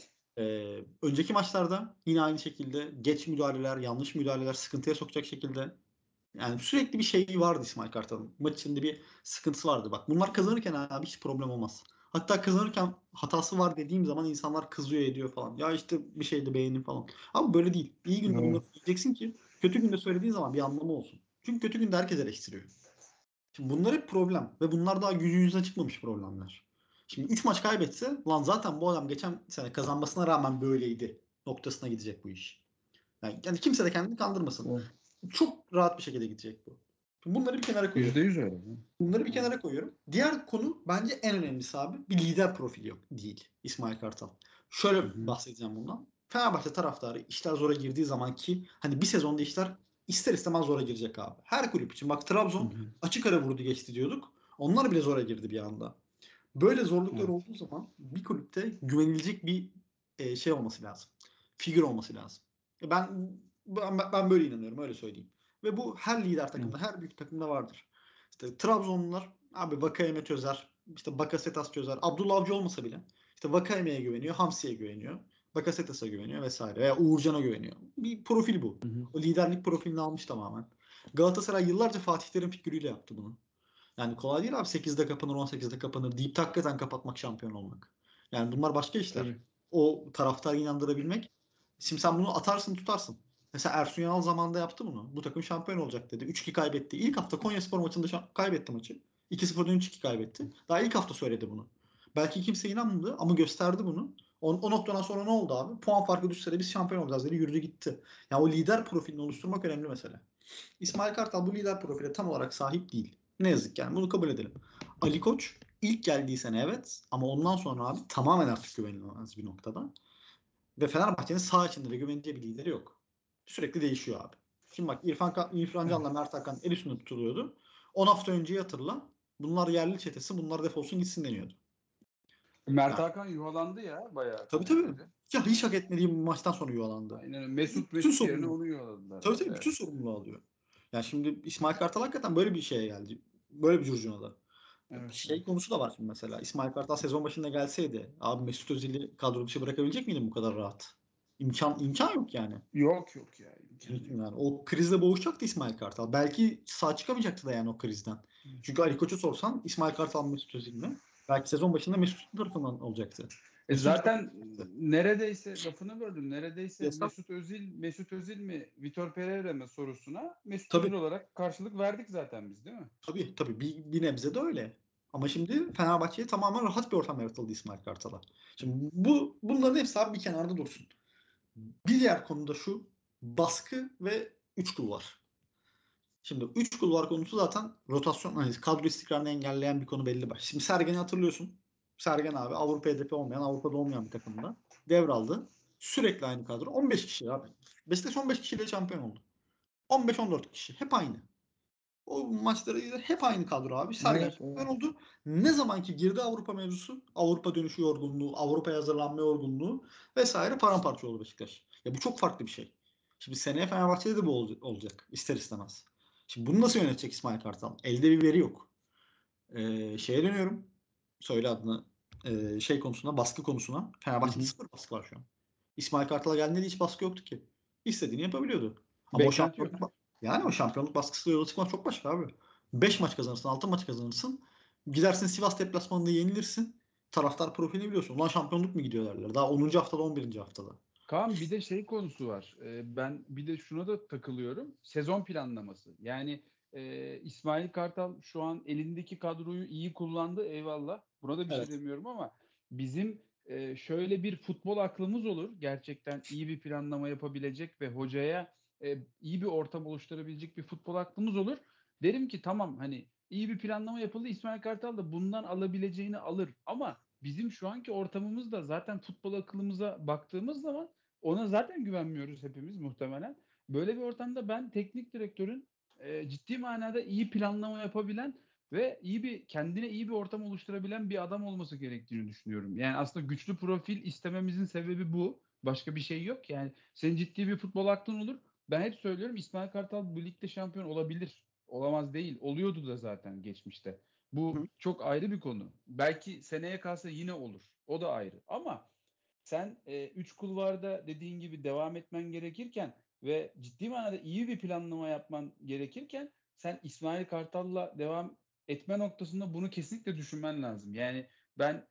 Önceki maçlarda yine aynı şekilde geç müdahaleler, yanlış müdahaleler, sıkıntıya sokacak şekilde yani sürekli bir şey vardı İsmail Kartal'ın. Maç içinde bir sıkıntısı vardı. Bak bunlar kazanırken abi hiç problem olmaz. Hatta kazanırken hatası var dediğim zaman insanlar kızıyor ediyor falan. Ya işte bir şeyde beğenin falan. Ama böyle değil. İyi günde bunları söyleyeceksin ki kötü günde söylediğin zaman bir anlamı olsun. Çünkü kötü günde herkes eleştiriyor. Şimdi bunlar hep problem. Ve bunlar daha gün yüzüne çıkmamış problemler. Şimdi 3 maç kaybetse lan zaten bu adam geçen sene kazanmasına rağmen böyleydi noktasına gidecek bu iş. Yani kimse de kendini kandırmasın. Doğru. Çok rahat bir şekilde gidecek bu. Şimdi bunları bir kenara koyuyorum. %100 öyle. Bunları bir kenara koyuyorum. Diğer konu bence en önemlisi abi. Bir lider profili yok değil İsmail Kartal. Şöyle bahsedeceğim bundan. Fenerbahçe taraftarı işler zora girdiği zaman ki hani bir sezonda işler ister istemez zora girecek abi. Her kulüp için. Bak Trabzon açık ara vurdu geçti diyorduk. Onlar bile zora girdi bir anda. Böyle zorluklar olduğu zaman bir kulüpte güvenilecek bir şey olması lazım. Figür olması lazım. Ben böyle inanıyorum öyle söyleyeyim. Ve bu her lider takımda, her büyük takımda vardır. İşte Trabzonlular abi Vakayeme çözer, işte Bakasetas çözer. Abdullah Avcı olmasa bile işte Vakayeme'ye güveniyor, Hamsi'ye güveniyor, Bakasetas'a güveniyor vesaire veya Uğurcan'a güveniyor. Bir profil bu. O liderlik profilini almış tamamen. Galatasaray yıllarca Fatih Terim figürüyle yaptı bunu. Yani kolay değil abi 8'de kapanır 18'de kapanır deyip hakikaten kapatmak şampiyon olmak. Yani bunlar başka işler. Tabii. O taraftarı inandırabilmek. Şimdi sen bunu atarsın tutarsın. Mesela Ersun Yanal zamanında yaptı bunu. Bu takım şampiyon olacak dedi. 3-2 kaybetti. İlk hafta Konyaspor maçında kaybetti maçı. 2-0'dan 3-2 kaybetti. Daha ilk hafta söyledi bunu. Belki kimse inanmadı ama gösterdi bunu. O noktadan sonra ne oldu abi? Puan farkı düşse de biz şampiyon olacağız dedi. Yürüdü gitti. Yani o lider profilini oluşturmak önemli mesele. İsmail Kartal bu lider profile tam olarak sahip değil. Ne yazık yani bunu kabul edelim. Ali Koç ilk geldiği sene evet ama ondan sonra abi tamamen artık güvenilmez bir noktada. Ve Fenerbahçe'nin sağ içinde de güveneceği bir lideri yok. Sürekli değişiyor abi. Şimdi bak İrfan Can'la Mert Hakan el üstünde tutuluyordu. 10 hafta önceyi hatırla. Bunlar yerli çetesi bunlar defolsun gitsin deniyordu. Mert Yani, Hakan yuvalandı ya bayağı tabii kısa tabii. sürede. Ya hiç hak etmediği bir maçtan sonra yuvalandı. Aynen öyle. Mesut Bütün Mesut yerine sorumluluğu. onu yuvaladılar Tabii abi. tabii bütün sorumluluğu alıyor. Yani şimdi İsmail Kartal hakikaten böyle bir şeye geldi. Böyle bir curcunada. Evet, Şey evet. konusu da var şimdi mesela. İsmail Kartal sezon başında gelseydi abi Mesut Özil'i kadro dışı bırakabilecek miydin bu kadar rahat? İmkan yok yani. Yok yok ya, imkanı yok. Yani o krizle boğuşacaktı İsmail Kartal. Belki sağ çıkamayacaktı da yani o krizden. Çünkü Ali Koç'u sorsan İsmail Kartal mı Mesut Özil mi? Belki sezon başında Mesut tarafından olacaktı. Mesut Zaten neredeyse lafını böldüm. Neredeyse Hesap Mesut Özil mi Vitor Pereira mı sorusuna Mesut Özil tabii olarak karşılık verdik zaten biz, değil mi? tabii bir nebze de öyle. Ama şimdi Fenerbahçe'ye tamamen rahat bir ortam yaratıldı İsmail Kartal'a. Şimdi bunların hepsi abi bir kenarda dursun. Bir diğer konuda şu baskı ve üç kulvar. Şimdi üç kulvar konusu zaten rotasyon hani kadro istikrarını engelleyen bir konu belli baş. Şimdi Sergen'i hatırlıyorsun. Sergen abi Avrupa hedefi olmayan, Avrupa'da olmayan bir takımda devraldı. Sürekli aynı kadro. 15 kişi abi. Beşiktaş 15 kişiyle şampiyon oldu. 15-14 kişi. Hep aynı. O maçları hep aynı kadro abi. Sergen Evet, şampiyon evet. oldu. Ne zaman ki girdi Avrupa mevzusu, Avrupa dönüşü yorgunluğu, Avrupa'ya hazırlanma yorgunluğu vesaire paramparça oldu Beşiktaş. Ya bu çok farklı bir şey. Şimdi seneye Fenerbahçe'de de bu olacak ister istemez. Şimdi bunu nasıl yönetecek İsmail Kartal? Elde bir veri yok. Şeye dönüyorum. Söyle adını. Şey konusuna, baskı konusuna. Hı Fenerbahçe'de hı. sıfır baskı var şu an. İsmail Kartal'a geldiğinde hiç baskı yoktu ki. İstediğini yapabiliyordu. Ama o Beklenti yok. şampiyonluk yani o şampiyonluk baskısıyla yola çıkmak çok başka abi. 5 maç kazanırsın, 6 maç kazanırsın. Gidersin Sivas deplasmanında yenilirsin. Taraftar profilini biliyorsun. Ulan şampiyonluk mu gidiyor derler. Daha 10. haftada 11. haftada. Kaan, bir de şey konusu var. Ben bir de şuna da takılıyorum. Sezon planlaması. Yani İsmail Kartal şu an elindeki kadroyu iyi kullandı. Eyvallah. Buna da bir şey Evet. demiyorum ama bizim şöyle bir futbol aklımız olur. Gerçekten iyi bir planlama yapabilecek ve hocaya iyi bir ortam oluşturabilecek bir futbol aklımız olur. Derim ki tamam, hani iyi bir planlama yapıldı. İsmail Kartal da bundan alabileceğini alır. Ama bizim şu anki ortamımızda zaten futbol akılımıza baktığımız zaman ona zaten güvenmiyoruz hepimiz muhtemelen. Böyle bir ortamda ben teknik direktörün ciddi manada iyi planlama yapabilen ve kendine iyi bir ortam oluşturabilen bir adam olması gerektiğini düşünüyorum. Yani aslında güçlü profil istememizin sebebi bu. Başka bir şey yok. Yani senin ciddi bir futbol aklın olur. Ben hep söylüyorum, İsmail Kartal bu ligde şampiyon olabilir. Olamaz değil. Oluyordu da zaten geçmişte. Bu Hı. çok ayrı bir konu. Belki seneye kalsa yine olur. O da ayrı. Ama sen üç kulvarda dediğin gibi devam etmen gerekirken ve ciddi manada iyi bir planlama yapman gerekirken sen İsmail Kartal'la devam etme noktasında bunu kesinlikle düşünmen lazım. Yani ben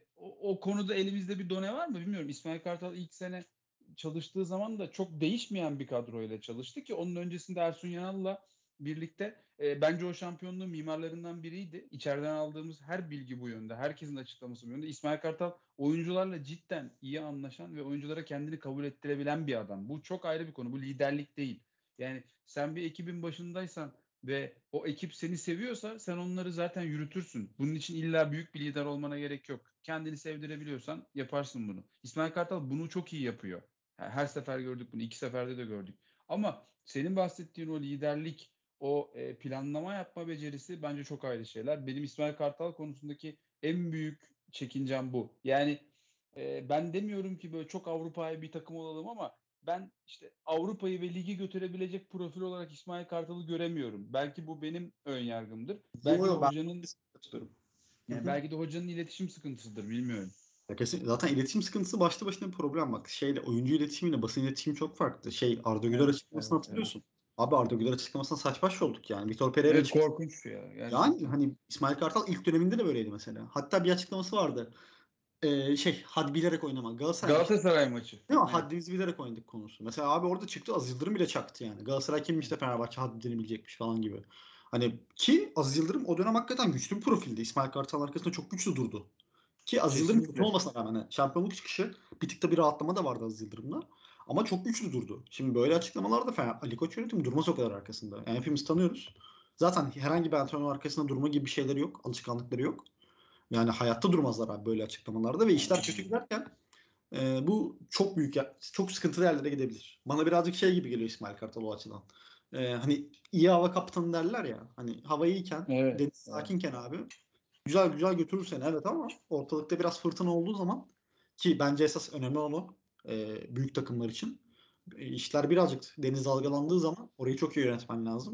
o konuda elimizde bir done var mı bilmiyorum. İsmail Kartal ilk sene çalıştığı zaman da çok değişmeyen bir kadroyla çalıştı ki onun öncesinde Ersun Yanal'la birlikte bence o şampiyonluğun mimarlarından biriydi. İçeriden aldığımız her bilgi bu yönde. Herkesin açıklaması bu yönde. İsmail Kartal oyuncularla cidden iyi anlaşan ve oyunculara kendini kabul ettirebilen bir adam. Bu çok ayrı bir konu. Bu liderlik değil. Yani sen bir ekibin başındaysan ve o ekip seni seviyorsa sen onları zaten yürütürsün. Bunun için illa büyük bir lider olmana gerek yok. Kendini sevdirebiliyorsan yaparsın bunu. İsmail Kartal bunu çok iyi yapıyor. Her sefer gördük bunu. 2 seferde de gördük. Ama senin bahsettiğin o liderlik, o planlama yapma becerisi bence çok ayrı şeyler. Benim İsmail Kartal konusundaki en büyük çekincem bu. Yani ben demiyorum ki böyle çok Avrupa'ya bir takım olalım ama ben işte Avrupa'yı ve ligi götürebilecek profil olarak İsmail Kartal'ı göremiyorum. Belki bu benim ön yargımdır. Yo Belki de yo ben hocanın katılıyorum. Hı yani hı. belki de hocanın iletişim sıkıntısıdır, bilmiyorum. Ya kesin, zaten iletişim sıkıntısı başlı başına bir problem bak. Şeyle oyuncu iletişimiyle basın iletişimi çok farklı. Arda Güler Evet, açıklamasını evet, evet. hatırlıyorsun. Abi Arda Güler açıklamasına saç baş olduk yani. Vitor Pereira Evet, çıktı. korkunç ya Yani gerçekten. hani İsmail Kartal ilk döneminde de böyleydi mesela. Hatta bir açıklaması vardı. Hadi bilerek oynamak. Galatasaray maçı. Galatasaray maçı. Değil mi? Aynen. Haddimizi bilerek oynadık konusu. Mesela abi orada çıktı Aziz Yıldırım bile çaktı yani. Galatasaray kimmiş de Fenerbahçe haddini bilecekmiş falan gibi. Hani ki Aziz Yıldırım o dönem hakikaten güçlü bir profildi. İsmail Kartal'ın arkasında çok güçlü durdu. Ki Aziz Yıldırım kötü Kesinlikle. olmasına rağmen şampiyonluk çıkışı bir tık da bir rahatlama da vardı Aziz Yıldırım'da. Ama çok güçlü durdu. Şimdi böyle açıklamalarda Ali Koç yönetimi durmaz o kadar arkasında. Yani hepimiz tanıyoruz. Zaten herhangi bir antrenör arkasında durma gibi bir şeyleri yok. Alışkanlıkları yok. Yani hayatta durmazlar abi böyle açıklamalarda ve işler Aynen kötü öyle. giderken bu çok büyük, çok sıkıntılı yerlere gidebilir. Bana birazcık şey gibi geliyor İsmail Kartal o açıdan. Hani iyi hava kaptanı derler ya. Hani hava iyiyken, Evet. deniz Evet. sakinken abi güzel güzel götürür seni evet ama ortalıkta biraz fırtına olduğu zaman ki bence esas önemli olan o büyük takımlar için. İşler birazcık deniz dalgalandığı zaman orayı çok iyi yönetmen lazım.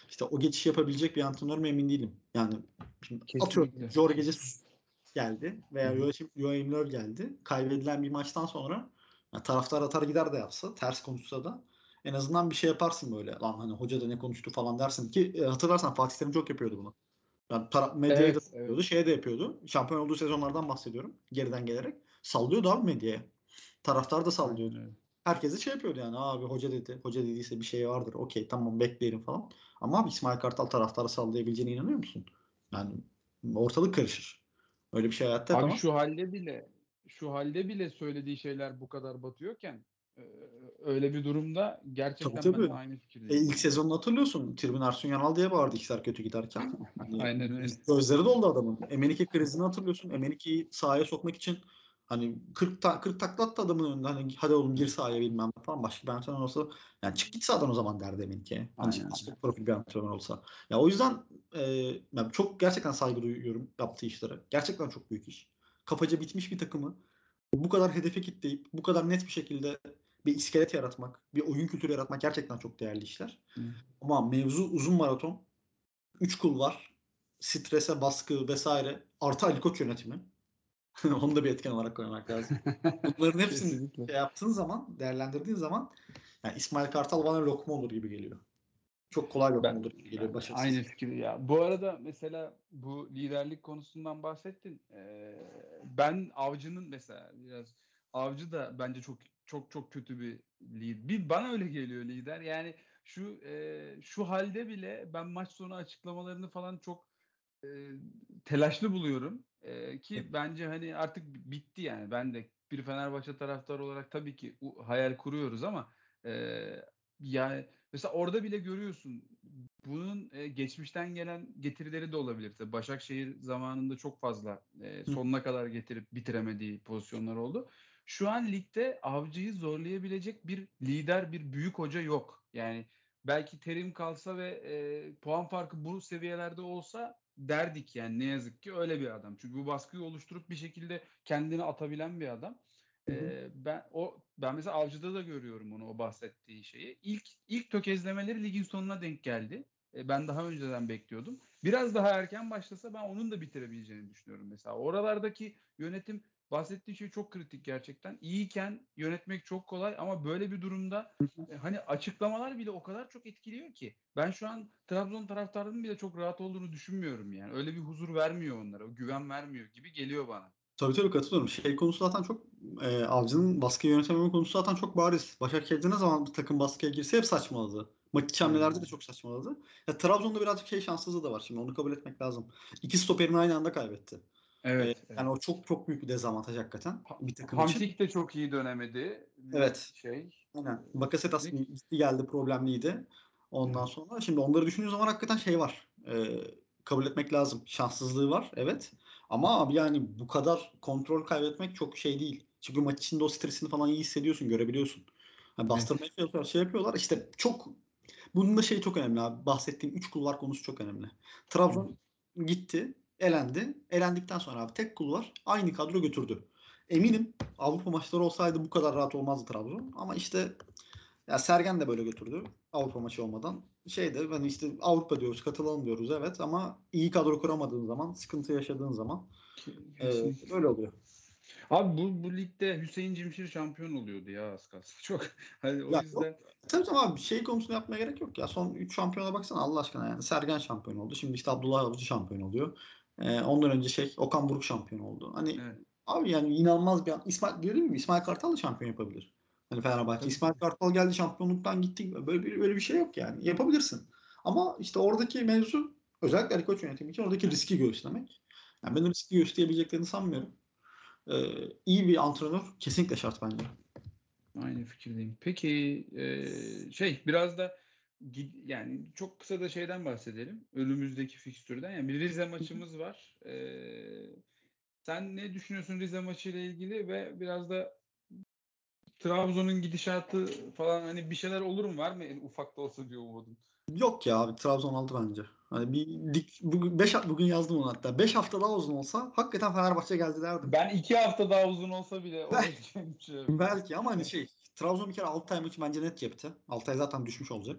İşte o geçişi yapabilecek bir antrenör mü emin değilim. Yani şimdi atıyorum Kesinlikle. Jorge Jesus geldi veya Hı hı. Joachim Löw geldi. Kaybedilen bir maçtan sonra yani taraftar atar gider de yapsa, ters konuşsa da en azından bir şey yaparsın böyle. Lan hani hoca da ne konuştu falan dersin ki hatırlarsan Fatih Terim çok yapıyordu bunu. Yani medyaya da Evet, sallıyordu. evet. Şeye de yapıyordu. Şampiyon olduğu sezonlardan bahsediyorum. Geriden gelerek. Sallıyordu abi medyaya. Taraftar da Aynen sallıyordu. öyle. Herkese şey yapıyordu yani. Abi hoca dedi. Hoca dediyse bir şey vardır. Okey tamam bekleyelim falan. Ama abi İsmail Kartal taraftarı sallayabileceğine inanıyor musun? Yani ortalık karışır. Öyle bir şey hayatta Abi yapamaz. şu halde bile söylediği şeyler bu kadar batıyorken e, öyle bir durumda Tabii gerçekten ben de tabii. aynı fikirdeyim İlk yani. sezonunu hatırlıyorsun. Tribün Ersun Yanal diye bağırdı işler kötü giderken. Hani Aynen öyle. gözleri doldu adamın. Emenike krizini hatırlıyorsun. Emenike'yi sahaya sokmak için hani 40 takla attı adamın önünde. Hani hadi oğlum gir sahaya bilmem ne falan. Başka bir antrenör olsa yani çık git sahadan o zaman derdi Emenike'ye. Hani Aynen başka öyle. bir profil bir antrenör olsa. Ya o yüzden ben çok gerçekten saygı duyuyorum yaptığı işlere. Gerçekten çok büyük iş. Kafaca bitmiş bir takımı bu kadar hedefe kitleyip bu kadar net bir şekilde bir iskelet yaratmak, bir oyun kültürü yaratmak gerçekten çok değerli işler. Hı. Ama mevzu uzun maraton, 3 kul var, strese, baskı vesaire, artı Ali Koç yönetimi. Onu da bir etken olarak koymak lazım. Bunların hepsini Kesinlikle. şey yaptığın zaman, değerlendirdiğin zaman yani İsmail Kartal bana lokma olur gibi geliyor. Çok kolay lokma olur gibi geliyor Ben de aynı başarısız. fikir ya. Bu arada mesela bu liderlik konusundan bahsettin. Ben Avcı'nın mesela biraz Avcı da bence çok çok çok kötü bir lider. Bir bana öyle geliyor lider. Yani şu halde bile ben maç sonu açıklamalarını falan çok e, telaşlı buluyorum. Ki bence hani artık bitti yani. Ben de bir Fenerbahçe taraftarı olarak tabii ki hayal kuruyoruz ama e, yani mesela orada bile görüyorsun bunun geçmişten gelen getirileri de olabilir. Tabii Başakşehir zamanında çok fazla sonuna kadar getirip bitiremediği pozisyonlar oldu. Şu an ligde Avcı'yı zorlayabilecek bir lider, bir büyük hoca yok. Yani belki Terim kalsa ve puan farkı bu seviyelerde olsa derdik yani ne yazık ki öyle bir adam. Çünkü bu baskıyı oluşturup bir şekilde kendini atabilen bir adam. Ben mesela Avcı'da da görüyorum onu o bahsettiği şeyi. İlk tökezlemeleri ligin sonuna denk geldi. Ben daha önceden bekliyordum. Biraz daha erken başlasa ben onun da bitirebileceğini düşünüyorum mesela. Oralardaki yönetim bahsettiği şey çok kritik gerçekten. İyiyken yönetmek çok kolay ama böyle bir durumda hani açıklamalar bile o kadar çok etkiliyor ki. Ben şu an Trabzon taraftarının bile çok rahat olduğunu düşünmüyorum yani. Öyle bir huzur vermiyor onlara, o güven vermiyor gibi geliyor bana. Tabii tabii katılıyorum. Şey konusu zaten çok Avcı'nın baskı yönetememe konusu zaten çok bariz. Başakşehir'de ne zaman bir takım baskıya girse hep saçmaladı. Maç içi hamlelerde de Aynen. çok saçmaladı. Ya, Trabzon'da birazcık şey şanssızlığı da var şimdi onu kabul etmek lazım. İki stoperini aynı anda kaybetti. Evet, Yani evet. o çok çok büyük bir dezavantaj hakikaten bir takım için. Hamsik de çok iyi dönemedi. Bir Evet. şey. Aynen. Bakasetas Lig. gitti geldi problemliydi. Ondan Evet. sonra şimdi onları düşündüğün zaman hakikaten şey var. Kabul etmek lazım. Şanssızlığı var. Evet. Ama abi yani bu kadar kontrol kaybetmek çok şey değil. Çünkü maç içinde o stresini falan iyi hissediyorsun, görebiliyorsun. Yani bastırmaya Net. çalışıyorlar, şey yapıyorlar. İşte çok bunun da şey çok önemli abi. Bahsettiğim 3 kulvar konusu çok önemli. Hı. Trabzon gitti, elendi. Elendikten sonra abi tek kulvar aynı kadro götürdü. Eminim Avrupa maçları olsaydı bu kadar rahat olmazdı Trabzon. Ama işte ya Sergen de böyle götürdü. Avrupa maçı olmadan. Şeyde hani işte Avrupa diyoruz, katılalım diyoruz evet ama iyi kadro kuramadığın zaman, sıkıntı yaşadığın zaman Kesinlikle. böyle oluyor. Abi bu ligde Hüseyin Cimşir şampiyon oluyordu ya az kalsın. Çok hani o Ya yok. yüzden Tabii abi şey konusunu yapmaya gerek yok ya. Son 3 şampiyona baksana Allah aşkına yani. Sergen şampiyon oldu. Şimdi işte Abdullah Avcı şampiyon oluyor. Ondan önce şey Okan Buruk şampiyon oldu. Hani evet, abi yani inanılmaz bir İsmail dediğim gibi İsmail Kartal da şampiyon yapabilir. Hani Fenerbahçe. tabii İsmail tabii. Kartal geldi şampiyonluktan gitti. Böyle bir şey yok yani. Yapabilirsin. Ama işte oradaki mevzu özellikle Ali Koç yönetimi için oradaki riski göğüslemek. Yani ben o riski göğüsleyebileceklerini sanmıyorum. İyi bir antrenör kesinlikle şart bence. Aynı fikirdeyim. Peki biraz da yani çok kısa da şeyden bahsedelim. Önümüzdeki fikstürden. Yani bir Rize maçımız var. Sen ne düşünüyorsun Rize maçı ile ilgili ve biraz da Trabzon'un gidişatı falan hani bir şeyler olur mu? Var mı en ufak da olsa bir umudun? Yok ya abi Trabzon aldı bence. Hani bir bugün yazdım onu hatta. 5 hafta daha uzun olsa hakikaten Fenerbahçe geldi derdim. Ben 2 hafta daha uzun olsa bile olabileceğini düşünüyorum. Belki ama hani şey Trabzon bir kere Altay maçı bence net cepte. Altay zaten düşmüş olacak.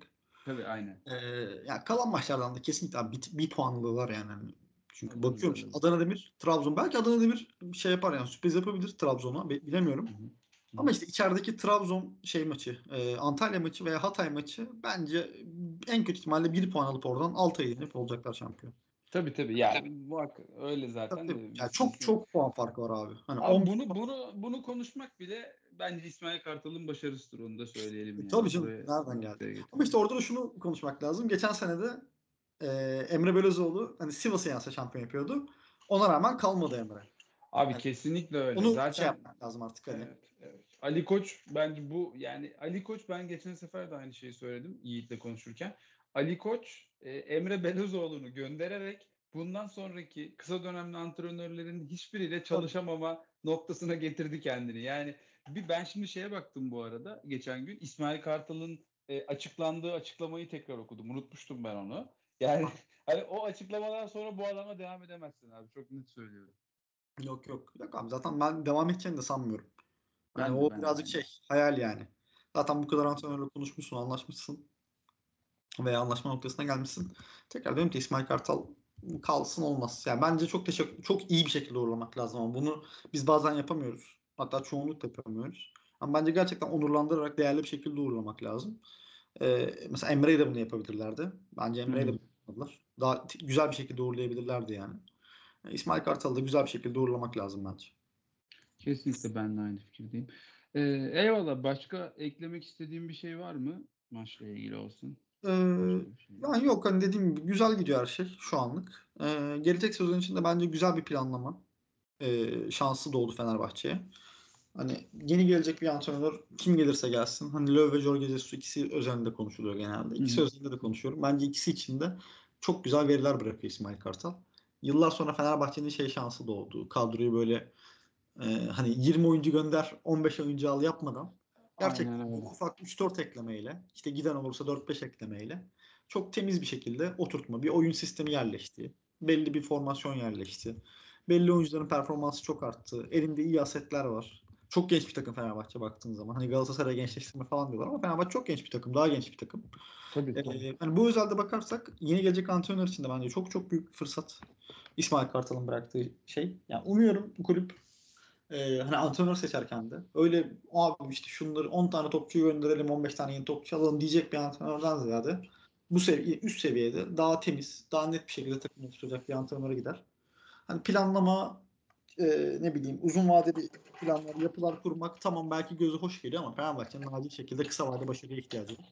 Tabii aynen. Yani kalan maçlardan da kesinlikle abi bir puanlılar yani. Çünkü bakıyorum Alırlar işte alırlar. Adana Demir, Trabzon. Belki Adana Demir şey yapar yani sürpriz yapabilir Trabzon'a. Bilemiyorum. Hı hı. Hı Ama hı. işte içerideki Trabzon şey maçı, Antalya maçı veya Hatay maçı bence en kötü ihtimalle 1 puan alıp oradan Altay'ı yenip olacaklar şampiyon. Tabii tabii ya öyle Tabii, zaten tabii. de Yani biz çok kesin. çok puan farkı var abi. Hani Abi 10 bunu konuşmak bile bence İsmail Kartal'ın başarısıdır, onu da söyleyelim tabii yani. canım Buraya nereden geldi? noktaya Ama işte getirelim. orada da şunu konuşmak lazım. Geçen sene de e, Emre Belözoğlu hani Sivas'ı yense şampiyon yapıyordu. Ona rağmen kalmadı Emre. Abi Yani kesinlikle öyle. onu şey Zaten yapmak lazım artık hani. evet, evet. Ali Koç bence bu, yani Ali Koç, ben geçen sefer de aynı şeyi söyledim Yiğit'le konuşurken. Ali Koç Emre Belözoğlu'nu göndererek bundan sonraki kısa dönemli antrenörlerin hiçbiriyle Tabii. çalışamama noktasına getirdi kendini. Yani ben şimdi şeye baktım bu arada geçen gün, İsmail Kartal'ın açıklandığı açıklamayı tekrar okudum. Unutmuştum ben onu. Yani hani o açıklamadan sonra bu adama devam edemezsin abi. Çok net söylüyorum. Yok yok. Yok abi zaten ben devam edeceğini de sanmıyorum. Hani Ben de o ben de birazcık aynı. şey hayal yani. Zaten bu kadar antrenörle konuşmuşsun, anlaşmışsın veya anlaşma noktasına gelmişsin. Tekrar diyorum ki İsmail Kartal kalsın olmaz. Yani bence çok iyi bir şekilde uğurlamak lazım ama bunu biz bazen yapamıyoruz. Hatta çoğunlukla yapamıyoruz. Ama bence gerçekten onurlandırarak değerli bir şekilde uğurlamak lazım. Mesela Emre'yi de bunu yapabilirlerdi. Bence Hı Emre'yi de hı. bunu yapmadılar. Daha güzel bir şekilde uğurlayabilirlerdi yani. İsmail Kartal'ı da güzel bir şekilde uğurlamak lazım bence. Kesinlikle ben de aynı fikirdeyim. Eyvallah. Başka eklemek istediğim bir şey var mı? Maçla ilgili olsun. Ee, Başka bir şey. Yani yok hani dediğim gibi güzel gidiyor her şey şu anlık. Gelecek sezon için de bence güzel bir planlama şansı doğdu Fenerbahçe'ye. Hani yeni gelecek bir antrenör kim gelirse gelsin. Hani Löw ve Jorge Jesus ikisi özelinde konuşuluyor genelde. Hı İkisi hı. özelinde de konuşuyorum. Bence ikisi için de çok güzel veriler bırakıyor İsmail Kartal. Yıllar sonra Fenerbahçe'nin şey şansı doğdu. Kadroyu böyle hani 20 oyuncu gönder 15 oyuncu al yapmadan Aynen gerçekten öyle. ufak 3-4 eklemeyle işte giden olursa 4-5 eklemeyle çok temiz bir şekilde oturtma bir oyun sistemi yerleşti. Belli bir formasyon yerleşti. Belli oyuncuların performansı çok arttı. Elinde iyi asetler var. Çok genç bir takım Fenerbahçe baktığın zaman. Hani Galatasaray gençleştirme falan diyorlar ama Fenerbahçe çok genç bir takım. Daha genç bir takım. Tabii tabii. Hani bu özelde bakarsak yeni gelecek antrenör için de bence çok çok büyük bir fırsat. İsmail Kartal'ın bıraktığı şey. Yani umuyorum bu kulüp hani antrenör seçerken de öyle abi işte şunları 10 tane topçuyu gönderelim 15 tane yeni topçu alalım diyecek bir antrenörden ziyade bu seviye üst seviyede daha temiz, daha net bir şekilde takım tutacak bir antrenöre gider. Hani planlama ne bileyim uzun vadeli planlar, yapılar kurmak tamam belki gözü hoş geliyor ama Fenerbahçe'nin acil şekilde kısa vadeli başarıya ihtiyacı var.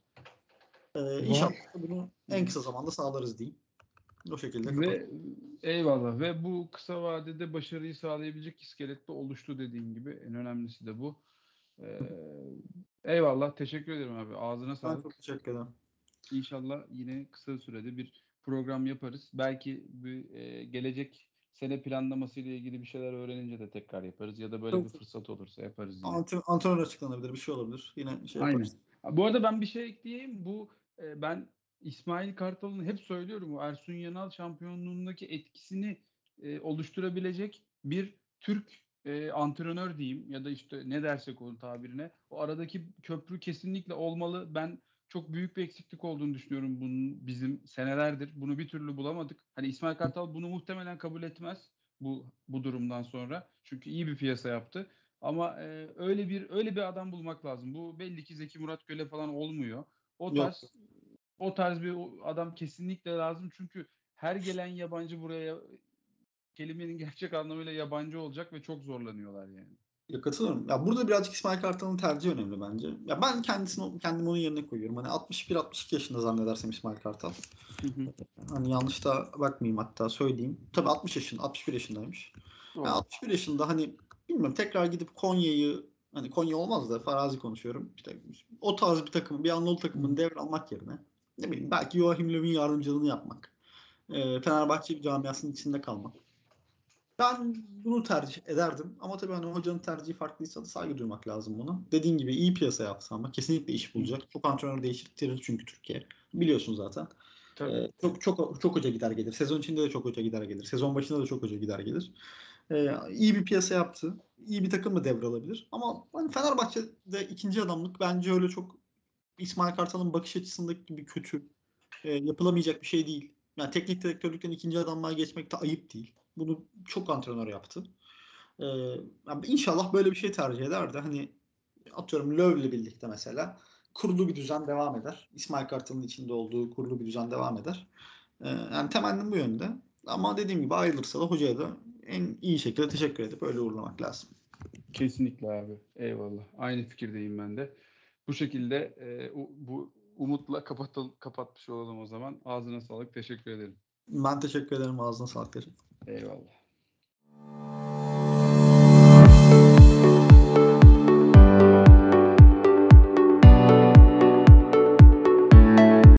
İnşallah Var. bunu en kısa Evet. zamanda sağlarız diyeyim. O şekilde kapat. Ve eyvallah. Ve bu kısa vadede başarıyı sağlayabilecek iskelet de oluştu dediğin gibi. En önemlisi de bu. Ee, eyvallah. Teşekkür ederim abi. Ağzına Ben çok sağlık. teşekkür ederim. İnşallah yine kısa sürede bir program yaparız. Belki bir gelecek sene planlaması ile ilgili bir şeyler öğrenince de tekrar yaparız. Ya da böyle bir Çok fırsat olursa yaparız yine. antrenör açıklanabilir, bir şey olabilir. Yine şey Aynen. yaparız. Bu arada ben bir şey ekleyeyim. Ben İsmail Kartal'ın hep söylüyorum, o Ersun Yanal şampiyonluğundaki etkisini oluşturabilecek bir Türk antrenör diyeyim ya da işte ne dersek onun tabirine. O aradaki köprü kesinlikle olmalı. Ben çok büyük bir eksiklik olduğunu düşünüyorum bunun, bizim senelerdir. Bunu bir türlü bulamadık. Hani İsmail Kartal bunu muhtemelen kabul etmez bu durumdan sonra. Çünkü iyi bir piyasa yaptı. Ama öyle bir adam bulmak lazım. Bu belli ki Zeki Murat Göle falan olmuyor. O Yok. tarz o tarz bir adam kesinlikle lazım. Çünkü her gelen yabancı buraya kelimenin gerçek anlamıyla yabancı olacak ve çok zorlanıyorlar yani. Ya katılıyorum. Ya burada birazcık İsmail Kartal'ın tercihi önemli bence. Ya ben kendimi onun yerine koyuyorum. Hani 61-62 yaşında zannedersem İsmail Kartal. Hı hı. Hani yanlış da bakmayayım hatta söyleyeyim. Tabii 60 yaşında, 61 yaşındaymış. Yani Doğru. 61 yaşında hani bilmiyorum tekrar gidip Konya'yı hani Konya olmaz da farazi konuşuyorum. İşte o tarz bir takımın, bir Anadolu Hı hı. takımını devralmak yerine ne bileyim belki Joachim Löw'ün yardımcılığını yapmak. Fenerbahçe camiasının içinde kalmak. Ben bunu tercih ederdim. Ama tabii hani hocanın tercihi farklıysa da saygı duymak lazım buna. Dediğin gibi iyi piyasa yapsa ama kesinlikle iş Hı hı. bulacak. Çok antrenör değiştirir çünkü Türkiye. Biliyorsun zaten. Tabii. Çok hoca gider gelir. Sezon içinde de çok hoca gider gelir. Sezon başında da çok hoca gider gelir. İyi bir piyasa yaptı. İyi bir takım da devralabilir. Ama hani Fenerbahçe'de ikinci adamlık bence öyle çok İsmail Kartal'ın bakış açısındaki gibi kötü, yapılamayacak bir şey değil. Yani teknik direktörlükten ikinci adamlığa geçmek de ayıp değil. Bunu çok antrenör yaptı. E, Yani inşallah böyle bir şey tercih eder de hani atıyorum Löw'le birlikte mesela kurulu bir düzen devam eder. İsmail Kartal'ın içinde olduğu kurulu bir düzen devam eder. Yani temennim bu yönde. Ama dediğim gibi ayrılırsa da hocaya da en iyi şekilde teşekkür edip öyle uğurlamak lazım. Kesinlikle abi. Eyvallah. Aynı fikirdeyim ben de. Bu şekilde bu umutla kapatmış olalım o zaman. Ağzına sağlık. Teşekkür ederim. Ben teşekkür ederim. Ağzına sağlık derim. Eyvallah.